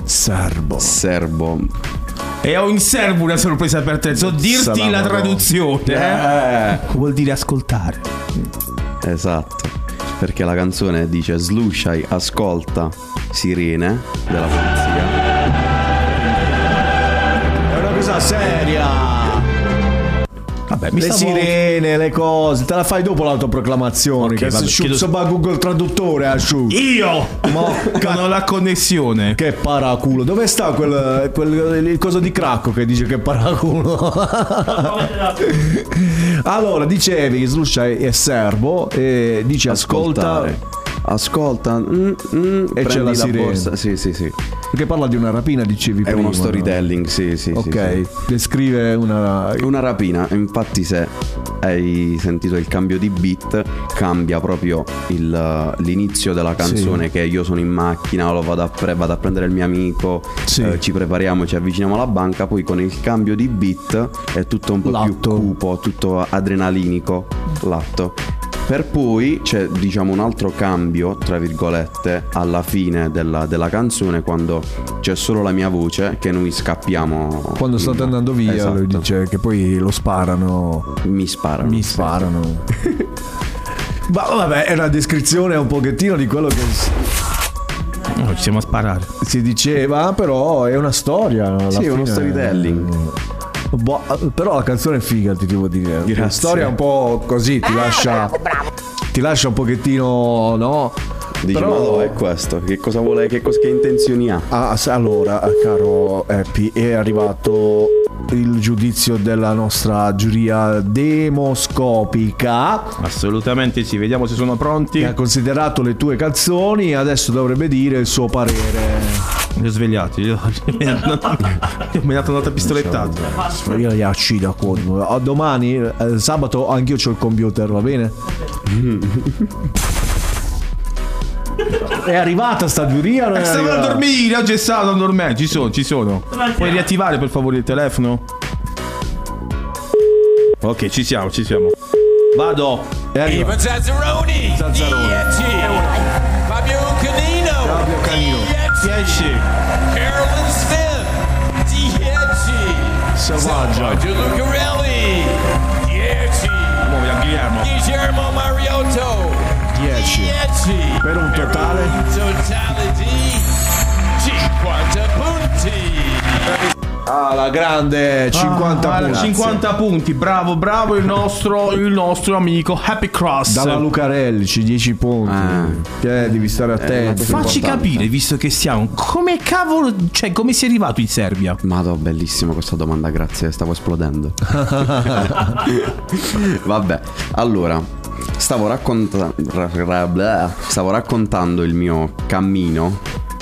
E ho in serbo una sorpresa per te. So dirti la traduzione. Vuol dire ascoltare. Esatto, perché la canzone dice Slushai ascolta sirene della polizia. È una cosa seria. Vabbè, le sirene, le cose, te la fai dopo l'autoproclamazione. Okay, che Google Traduttore asciutto. Io non ho la connessione. Che paraculo. Dove sta il coso di Cracco che dice che paraculo? Allora, dicevi Slushai è serbo e dice ascolta e c'è la sirena. Borsa. Sì. Perché parla di una rapina, dicevi è prima. È uno storytelling, sì. Ok, descrive una rapina. Infatti se hai sentito il cambio di beat, cambia proprio l'inizio della canzone, che io sono in macchina, vado a prendere il mio amico, ci prepariamo, ci avviciniamo alla banca. Poi con il cambio di beat è tutto un po' più cupo, tutto adrenalinico l'atto. Per poi c'è un altro cambio tra virgolette alla fine della canzone, quando c'è solo la mia voce, che noi scappiamo quando state andando via. Esatto. Lui dice che poi lo sparano. Mi sparano. Ma vabbè, è una descrizione un pochettino di quello che ci siamo a sparare. Si diceva, però è una storia. Sì, è uno storytelling. Però la canzone è figa, ti devo dire. Grazie. La storia è un po' così, ti lascia un pochettino, no? Dici, però è questo, che cosa vuole, che intenzioni ha? Allora, caro Happy, è arrivato il giudizio della nostra giuria demoscopica. Assolutamente sì, vediamo se sono pronti. Che ha considerato le tue canzoni, adesso dovrebbe dire il suo parere. Li ho svegliati, mi ha dato una pistolettata. Io gli accida domani, sabato, anch'io c'ho il computer, va bene? È arrivata sta giuria? Stavano a dormire, oggi è stato a dormire. Ci sono. Puoi riattivare per favore il telefono? Ok, ci siamo. Vado. Ivan Zazzaroni. Fabio Canino. 10. Carolyn Smith. 10. Salvaggio. Lucarelli. 10. Guillermo Mariotto. 10. Per un totale di 50 punti. La grande 50 punti. 50 punti, bravo il nostro amico Happy Cross. Dalla Lucarelli 10 punti. Devi stare attento. Facci capire, visto che siamo, come cavolo, cioè come sei arrivato in Serbia? Madò, bellissima questa domanda, grazie, stavo esplodendo. Vabbè, allora stavo raccontando il mio cammino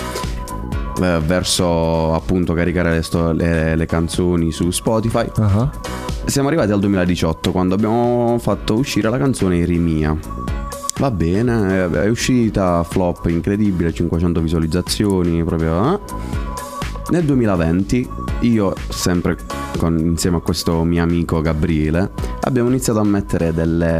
verso appunto caricare le canzoni su Spotify. Siamo arrivati al 2018 quando abbiamo fatto uscire la canzone Irimia. Va bene, è uscita, flop incredibile, 500 visualizzazioni proprio. Nel 2020 io, sempre insieme a questo mio amico Gabriele, abbiamo iniziato a mettere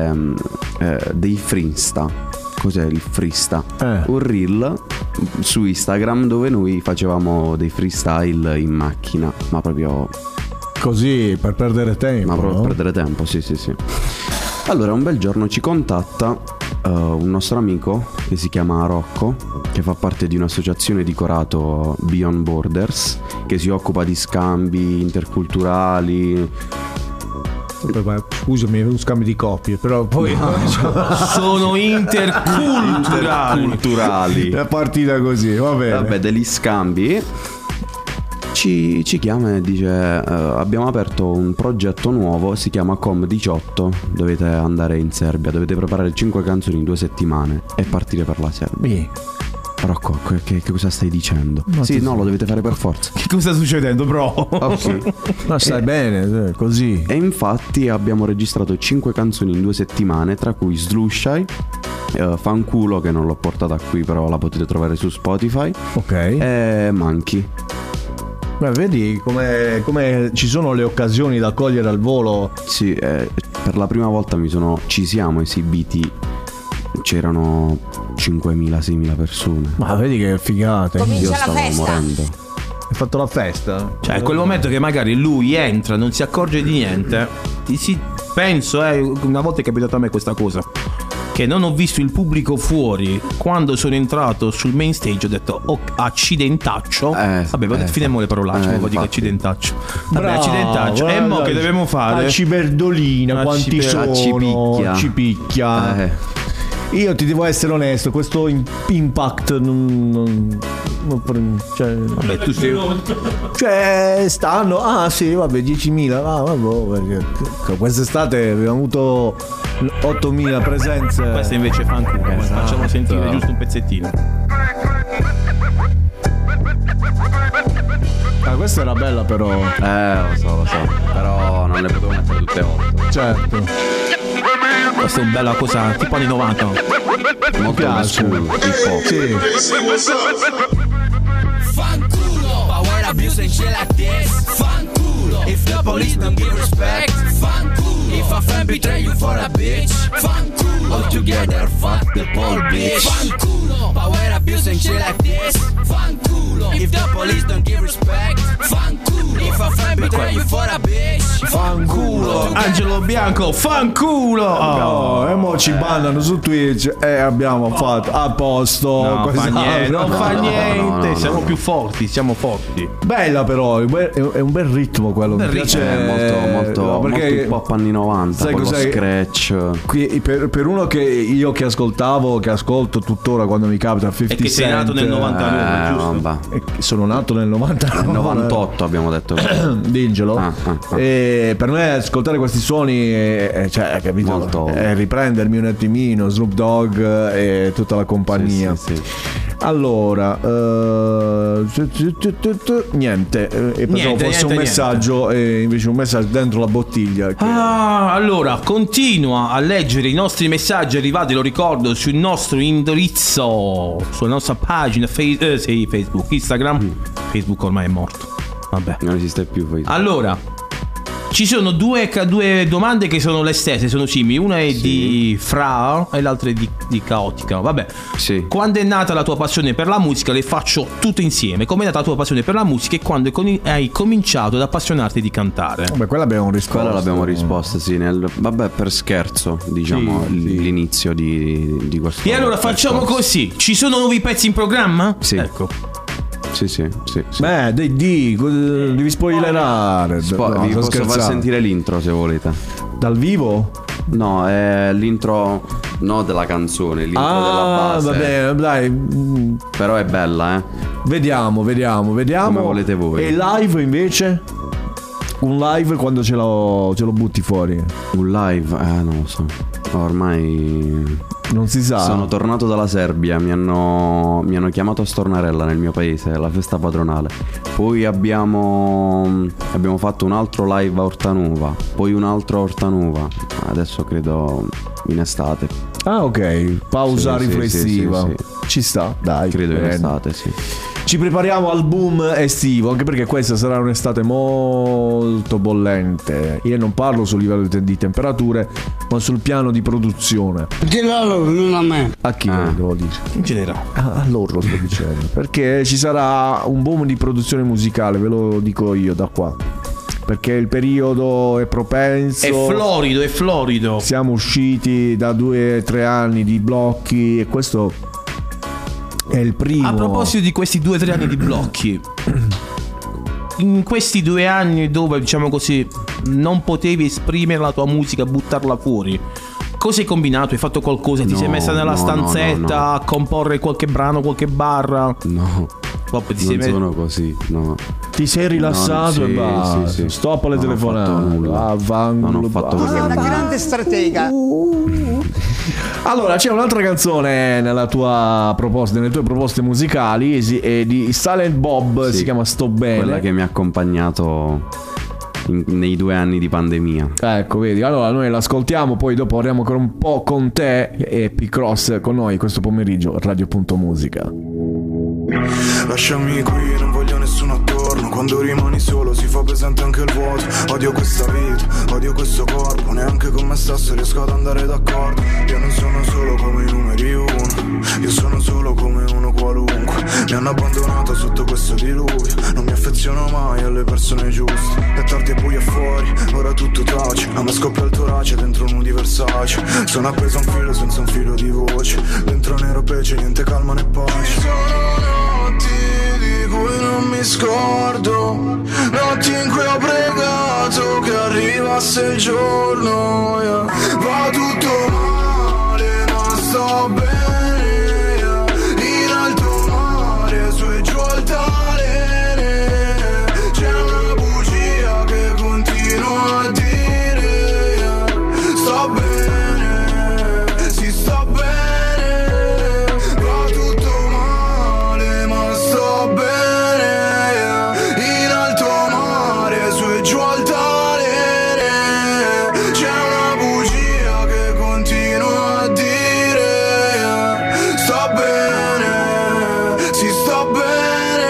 dei freesta. Cos'è il freesta? Un reel su Instagram dove noi facevamo dei freestyle in macchina, ma proprio così, per perdere tempo. Ma proprio per perdere tempo, sì. Allora un bel giorno ci contatta un nostro amico che si chiama Rocco, che fa parte di un'associazione di Corato, Beyond Borders, che si occupa di scambi interculturali. Scusami, un scambio di coppie, però poi sono interculturali. È partita così, va bene. Vabbè, degli scambi. Ci chiama e dice abbiamo aperto un progetto nuovo, si chiama Com18, dovete andare in Serbia, dovete preparare 5 canzoni in 2 settimane e partire per la Serbia. Rocco, che cosa stai dicendo? No, lo dovete fare per forza. Che cosa sta succedendo, bro? Ok. Ma stai bene, così. E infatti abbiamo registrato 5 canzoni in 2 settimane, tra cui Slushai, Fanculo, che non l'ho portata qui però la potete trovare su Spotify, e Monkey. Beh, vedi come ci sono le occasioni da cogliere al volo. Sì, per la prima volta ci siamo esibiti, c'erano 5.000-6.000 persone. Ma vedi che figata. Io stavo morendo. Hai fatto la festa? Cioè, è quel momento che magari lui entra, non si accorge di niente. Penso, una volta è capitato a me questa cosa, che non ho visto il pubblico fuori. Quando sono entrato sul main stage ho detto accidentaccio. Vabbè, finiamo le parolacce, ma dico accidentaccio. Vabbè, accidentaccio. E mo che dobbiamo fare? A ciberdolina, quanti sono? A cipicchia. Io ti devo essere onesto, questo impact vabbè, tu sei stanno. Ah sì, vabbè, 10.000. Vabbè, quest'estate abbiamo avuto 8.000 presenze. Questa invece Fanculo. Facciamo sentire giusto un pezzettino. Questa era bella però. Lo so. Però non le potevo mettere tutte e 8. Certo. Questa è una bella cosa tipo anni 90. Mi piace. Sì. Fanculo, power abuse and shit like this. Fanculo, if the police don't give respect. Fanculo, if a friend betray you for a bitch. Fanculo, all together fuck the poor bitch. Fanculo, power abuse and shit like this. Fanculo, if the police don't give respect. Fanculo, if a friend betray you for a bitch. Fanculo, Angelo Bianco, fanculo. E mo ci bannano su Twitch e abbiamo fatto a posto. Non fa niente. Siamo più forti, siamo forti. Bella però, è un bel ritmo quello. Mi piace molto pop anni 90. Sai con lo scratch. Per uno che io che ascolto tuttora quando mi capita 50 Cent. E che sei nato nel 99, giusto? Sono nato nel 99. Nel 98 abbiamo detto. D'Angelo. E per me ascoltare questi suoni capito? È riprendermi un attimino Snoop Dogg e tutta la compagnia. Sì. Allora niente, e pensavo fosse un messaggio e invece un messaggio dentro la bottiglia che... allora continua a leggere i nostri messaggi arrivati, lo ricordo, sul nostro indirizzo, sulla nostra pagina Facebook, Instagram. Facebook ormai è morto, vabbè, non esiste più Facebook. Allora ci sono due domande che sono le stesse, sono simili. Una è di Fra e l'altra è di Caotica. Vabbè. Sì. Quando è nata la tua passione per la musica? Le faccio tutte insieme. Come è nata la tua passione per la musica e quando hai cominciato ad appassionarti di cantare? Beh, quella l'abbiamo risposta, sì. Vabbè, per scherzo, diciamo, l'inizio di questo. E allora facciamo così. Ci sono nuovi pezzi in programma? Sì. Ecco. Sì. Beh, devi spoilerare. Vi posso far sentire l'intro se volete. Dal vivo? No, è l'intro della canzone, l'intro della base. Va bene, dai. Però è bella, Vediamo. Come volete voi. E live invece? Un live quando ce lo butti fuori? Un live? Non lo so. Ormai non si sa. Sono tornato dalla Serbia, mi hanno chiamato a Stornarella, nel mio paese, alla festa patronale. Poi abbiamo fatto un altro live a Ortanuova, poi un altro a Ortanuova. Adesso credo in estate. Ah, ok, pausa riflessiva. Sì. Ci sta, dai. Credo in estate, sì. Ci prepariamo al boom estivo, anche perché questa sarà un'estate molto bollente. Io non parlo sul livello di temperature, ma sul piano di produzione. Non a me. A chi devo dire? In generale. A loro lo sto dicendo. Perché ci sarà un boom di produzione musicale, ve lo dico io da qua. Perché il periodo è propenso. È florido. Siamo usciti da 2-3 anni di blocchi e questo è il primo. A proposito di questi 2-3 anni di blocchi, in questi 2 anni dove, diciamo così, non potevi esprimere la tua musica, buttarla fuori, cosa hai combinato? Hai fatto qualcosa? Ti sei messa nella stanzetta a comporre qualche brano, qualche barra? No. Sono così, no. Ti sei rilassato e basta. Sì. Stop alle telefonate. Non ho fatto nulla. Sei una grande stratega. Allora, c'è un'altra canzone nelle tue proposte musicali di Silent Bob, si chiama Sto Bene. Quella che mi ha accompagnato nei 2 anni di pandemia. Ecco, vedi. Allora noi l'ascoltiamo, poi dopo parliamo ancora un po' con te e P-Cross con noi questo pomeriggio Radio.Musica. Lasciami qui, non voglio nessuno attorno. Quando rimani solo si fa presente anche il vuoto. Odio questa vita, odio questo corpo. Neanche con me stesso riesco ad andare d'accordo. Io non sono solo come i numeri 1, io sono solo come uno qualunque. Mi hanno abbandonato sotto questo diluvio. Non mi affeziono mai alle persone giuste. È tardi e buio fuori, ora tutto tace. A me scoppia il torace dentro un Versace. Sono appeso a un filo senza un filo di voce. Dentro nero pece, niente calma né pace. Di cui non mi scordo, notti in cui ho pregato che arrivasse il giorno, yeah. Va tutto male ma sto bene, yeah. In alto mare su e giù altalene. C'è una bugia che continuo a dire, yeah. Sto bene, si sta bene. Va tutto male ma sto bene, yeah. In alto mare su e giù altalene. C'è una bugia che continuo a dire, yeah. Sto bene, si sta bene.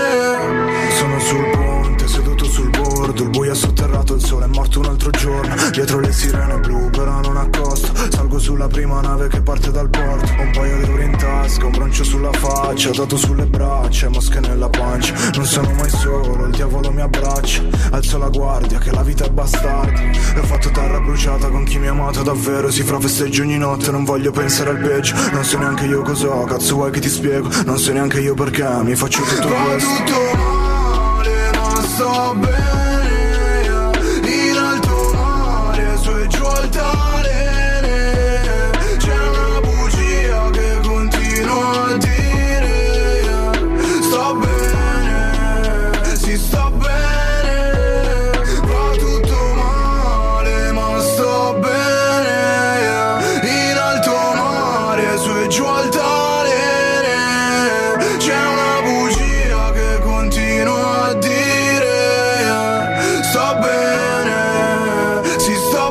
Sono sul ponte, seduto sul bordo. Il buio è sotterrato, il sole è morto un altro giorno. Dietro le sirene blu però non accosto. Salgo sulla prima nave che parte dal porto. Un paio di euro in tasca, un broncio sulla faccia, dato sulle braccia, mosche nella pancia. Non sono mai solo, il diavolo mi abbraccia. Alzo la guardia che la vita è bastarda. E ho fatto terra bruciata con chi mi ha amato davvero. Si fra festeggio ogni notte, non voglio pensare al peggio. Non so neanche io cosa ho, cazzo vuoi che ti spiego. Non so neanche io perché mi faccio tutto questo. Va tutto male ma sto bene, yeah. In alto mare su e giù altalene. C'è una bugia che continuo a dire, yeah. Sto bene, si sta bene. Va tutto male ma sto bene, yeah. In alto mare su e giù altalene. C'è una bugia che continuo a dire, yeah. Sto bene, si sta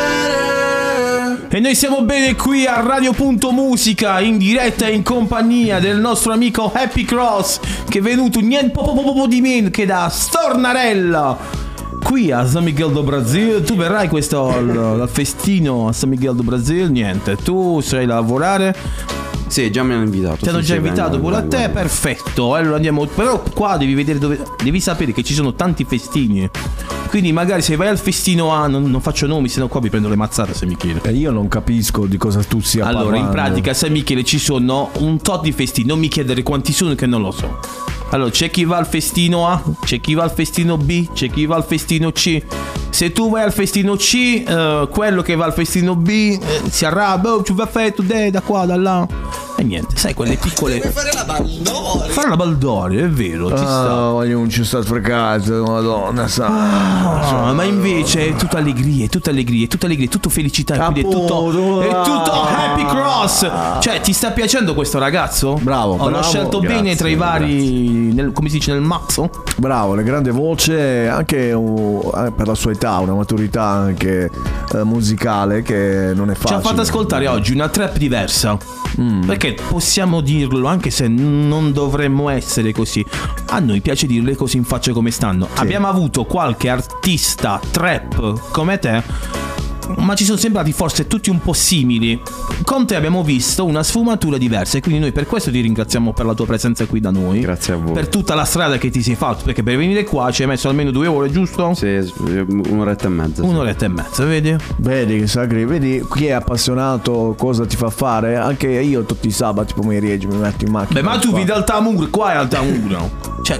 bene. E noi siamo bene qui a Radio.Musica, in diretta e in compagnia del nostro amico Happy Cross, che è venuto niente po' di meno che da Stornarella, qui a San Miguel do Brasil. Tu verrai questo al festino a San Miguel do Brasil? Niente, tu sarai da lavorare. Sì, già mi hanno invitato. Ti hanno già invitato pure a te, vengo. Perfetto. Allora andiamo. Però qua devi vedere devi sapere che ci sono tanti festini. Quindi magari se vai al festino A, non faccio nomi, sennò qua vi prendo le mazzate se mi chiede. E io non capisco di cosa tu stia parlando. Allora, in pratica, San Michele ci sono un tot di festini. Non mi chiedere quanti sono, che non lo so. Allora, c'è chi va al festino A, c'è chi va al festino B, c'è chi va al festino C. Se tu vai al festino C, quello che va al festino B si arrabbia, ci va fare da qua, da là. E niente, sai, quelle piccole. Fare la Baldori, è vero, ci sta. Io non ci sto fregato, madonna, ma invece è tutta allegria, tutto felicità, quindi è tutto Happy Cross. Cioè, ti sta piacendo questo ragazzo? Bravo. L'ho scelto bene tra i vari, come si dice, nel mazzo. Bravo, una grande voce, anche per la sua età, una maturità anche musicale che non è facile. Ci ha fatto ascoltare oggi una trap diversa. Perché possiamo dirlo, anche se non dovremmo essere così, a noi piace dire le cose in faccia come stanno. Sì. Abbiamo avuto qualche artista trap come te, ma ci sono sembrati forse tutti un po' simili. Con te abbiamo visto una sfumatura diversa, e quindi noi per questo ti ringraziamo per la tua presenza qui da noi. Grazie a voi. Per tutta la strada che ti sei fatto, perché per venire qua ci hai messo almeno 2 ore, giusto? Sì, 1 oretta e mezza. 1 oretta e mezza, vedi? Vedi, Sacri, vedi chi è appassionato, cosa ti fa fare? Anche io tutti i sabati pomeriggi mi metto in macchina. Beh, ma tu vivi al Tamur, qua è al Tamur. Cioè,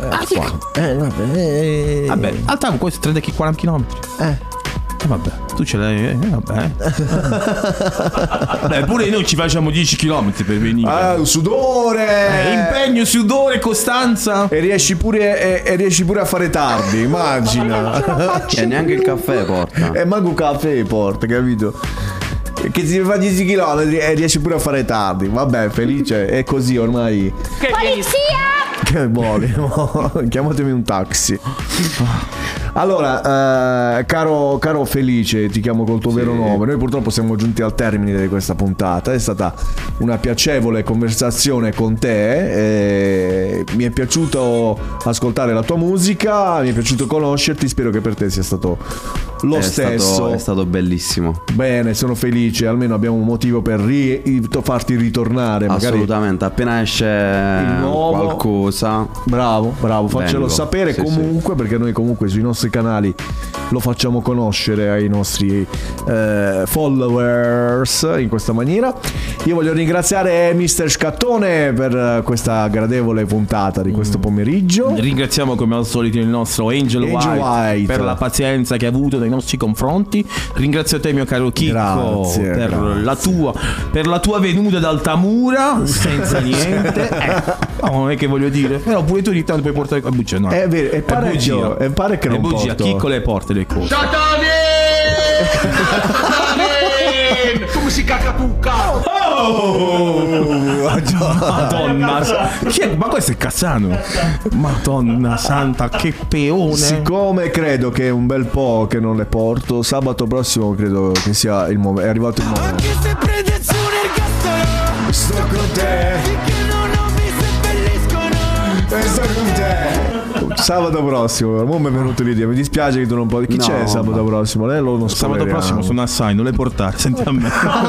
vabbè, al Tamur questo è 30-40 km. Vabbè, tu ce l'hai, vabbè. Beh, pure noi ci facciamo 10 km per venire. Sudore, impegno, sudore, costanza. E riesci pure a fare tardi, immagina. E neanche il caffè porta. E manco un caffè porta, capito? Che si fa 10 km e riesci pure a fare tardi. Vabbè, felice, è così ormai. Polizia! Che vuole? Chiamatemi un taxi. Allora, caro Felice, ti chiamo col tuo vero nome. Noi purtroppo siamo giunti al termine di questa puntata. È stata una piacevole conversazione con te. Mi è piaciuto ascoltare la tua musica, mi è piaciuto conoscerti. Spero che per te sia stato lo stesso. È stato bellissimo. Bene, sono felice. Almeno abbiamo un motivo per farti ritornare. Assolutamente, appena esce qualcosa. Bravo, faccelo sapere comunque, perché noi comunque sui nostri canali lo facciamo conoscere ai nostri followers in questa maniera. Io voglio ringraziare Mr. Scattone per questa gradevole puntata di questo pomeriggio. Ringraziamo come al solito il nostro Angel White per la pazienza che ha avuto nei nostri confronti. Ringrazio te, mio caro Chicco, per la tua venuta dal Tamura senza niente. Non è che voglio dire, però pure tu ogni tanto puoi portare a bugia. No, è vero, pare che non bugia. Chicco le porte le cose. Come si cacapucca? Madonna, ma questo è Cassano. Madonna santa, che peone. Siccome credo che è un bel po' che non le porto, sabato prossimo credo che sia il momento. È arrivato il momento. Anche se prende su nel sto con te. Finché non ho visto e belliscono. Sto con te. Sabato prossimo, mo mi è venuto l'idea. Mi dispiace che tu non puoi. Chi c'è sabato prossimo? Lei lo non sabato prossimo sono assai, non le portare. Senti a me.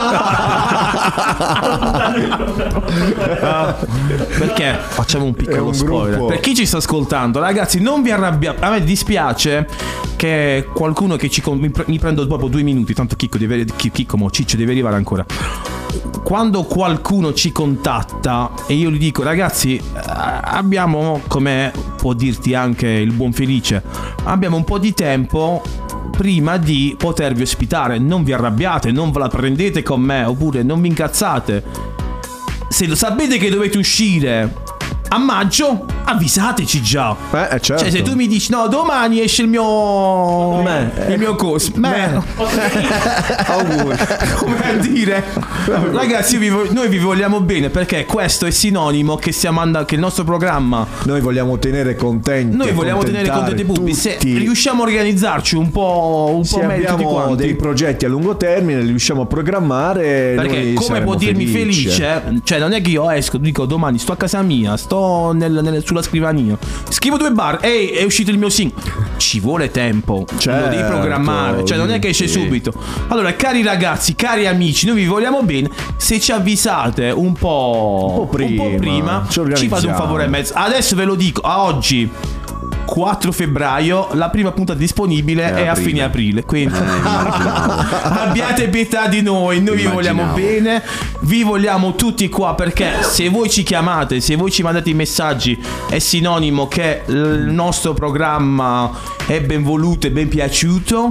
Perché facciamo un piccolo spoiler. Per chi ci sta ascoltando, ragazzi, non vi arrabbiate. A me dispiace che qualcuno che mi prendo proprio 2 minuti. Tanto Chicco Ciccio deve arrivare ancora. Quando qualcuno ci contatta e io gli dico, ragazzi, abbiamo, come può dirti anche il buon Felice, abbiamo un po' di tempo prima di potervi ospitare, non vi arrabbiate, non ve la prendete con me, oppure non vi incazzate. Se lo sapete che dovete uscire a maggio, avvisateci già. Certo. Cioè, se tu mi dici no, domani esce il mio coso, auguri. Come a dire, ragazzi, noi vi vogliamo bene, perché questo è sinonimo che che il nostro programma, noi vogliamo tenere contenti. Noi vogliamo tenere contenti i pubblici. Se riusciamo a organizzarci un po' meglio tutti quanti, abbiamo dei progetti a lungo termine, li riusciamo a programmare. Perché come può dirmi Felice, cioè non è che io esco, dico domani sto a casa mia, sto sulla scrivania, scrivo 2 bar, ehi, è uscito il mio singolo. Ci vuole tempo, lo devi programmare, cioè non è che esce subito. Allora, cari ragazzi, cari amici, noi vi vogliamo bene. Se ci avvisate un po' prima ci fate un favore e mezzo. Adesso ve lo dico, a oggi 4 febbraio la prima puntata disponibile è a fine aprile, quindi abbiate pietà di noi vi vogliamo bene, vi vogliamo tutti qua, perché se voi ci chiamate, se voi ci mandate i messaggi, è sinonimo che il nostro programma è ben voluto e ben piaciuto.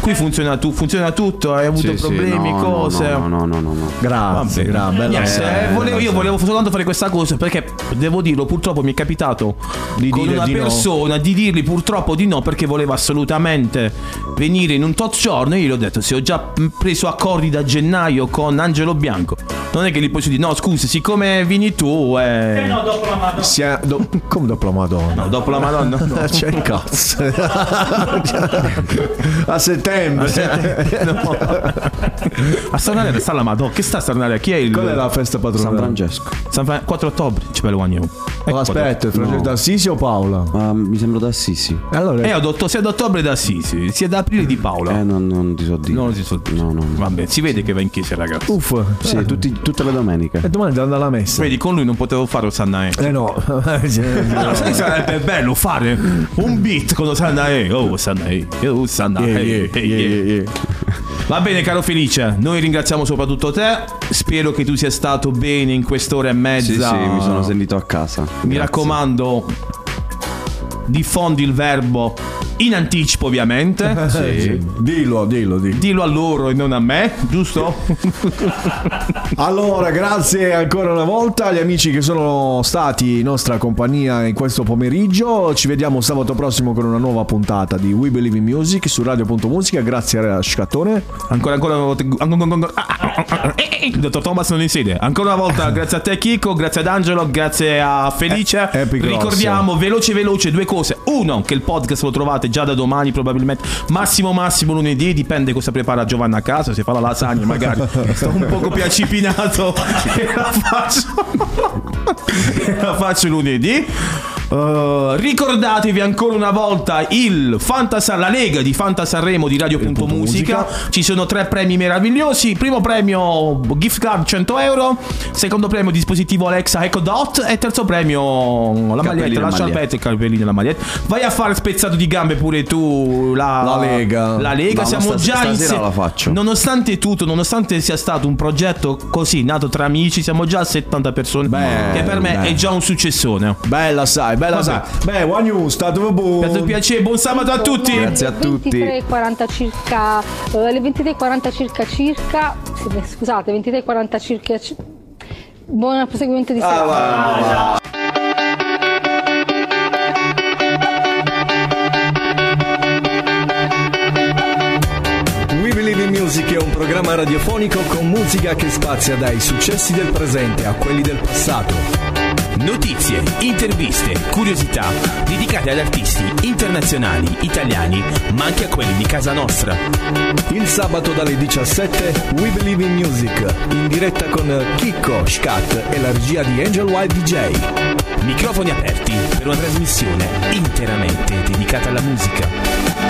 Qui funziona tutto, hai avuto problemi, cose. No. Grazie, io volevo soltanto fare questa cosa perché devo dirlo, purtroppo mi è capitato con una persona di dirgli purtroppo di no perché voleva assolutamente venire in un tot giorno e io gli ho detto se ho già preso accordi da gennaio con Angelo Bianco non è che gli posso dire no scusa siccome vieni tu no, dopo la Madonna come dopo la Madonna? No, dopo la Madonna no. C'è il cazzo a settembre no. A Sarnaria sta la Madonna. Che sta a Sarnaria? Chi è il... Qual è la festa patronale? San Francesco. 4 ottobre c'è bello guagno. Aspetta, Francesco d'Assisi o Paola? Mi sembra d'Assisi. Allora ho detto sia d'ottobre d'Assisi sia da aprile di Paola. Non ti so dire. Non ti so dire. No. Vabbè, si vede che va in chiesa ragazzi. Sì, tutte le domeniche. E domani devo andare alla messa. Vedi, con lui non potevo fare Osannae. No. Sai, sarebbe bello fare un beat con Osannae. Osannae. Va bene caro Felice, noi ringraziamo soprattutto te. Spero che tu sia stato bene in quest'ora e mezza. Sì, mi sono sentito a casa. Mi raccomando, diffondi il verbo in anticipo ovviamente. Sì. Dillo a loro e non a me, giusto? Allora grazie ancora una volta agli amici che sono stati in nostra compagnia in questo pomeriggio. Ci vediamo sabato prossimo con una nuova puntata di We Believe in Music su Radio.musica. Grazie a Scattone. Ancora dottor Thomas non insede. Ancora una volta grazie a te Chico, grazie ad Angelo, grazie a Felice. Ricordiamo veloce 2 cose. Uno, che il podcast lo trovate già da domani probabilmente, massimo lunedì, dipende cosa prepara Giovanna a casa, se fa la lasagna magari sto un poco più accipinato e la faccio lunedì. Ricordatevi ancora una volta la Lega di Fantasanremo di Radio.musica. Ci sono 3 premi meravigliosi. Primo premio gift card 100 euro, secondo premio dispositivo Alexa Echo Dot e terzo premio la maglietta, la sciarpetta e i capelli nella maglietta. Vai a fare spezzato di gambe pure tu la Lega. No, siamo già in la faccio. Nonostante tutto, nonostante sia stato un progetto così nato tra amici, siamo già a 70 persone, che per me è già un successone. Bella sai. Beh, One News, stato buono. Per il piacere, buon sabato a tutti. Grazie a tutti. Le 23:40 circa. Scusate, 23:40 circa. Buon proseguimento di serata. We Believe in Music è un programma radiofonico con musica che spazia dai successi del presente a quelli del passato. Notizie, interviste, curiosità dedicate ad artisti internazionali, italiani, ma anche a quelli di casa nostra. Il sabato dalle 17 We Believe in Music, in diretta con Chicco, Scat e la regia di Angel Wild DJ. Microfoni aperti per una trasmissione interamente dedicata alla musica.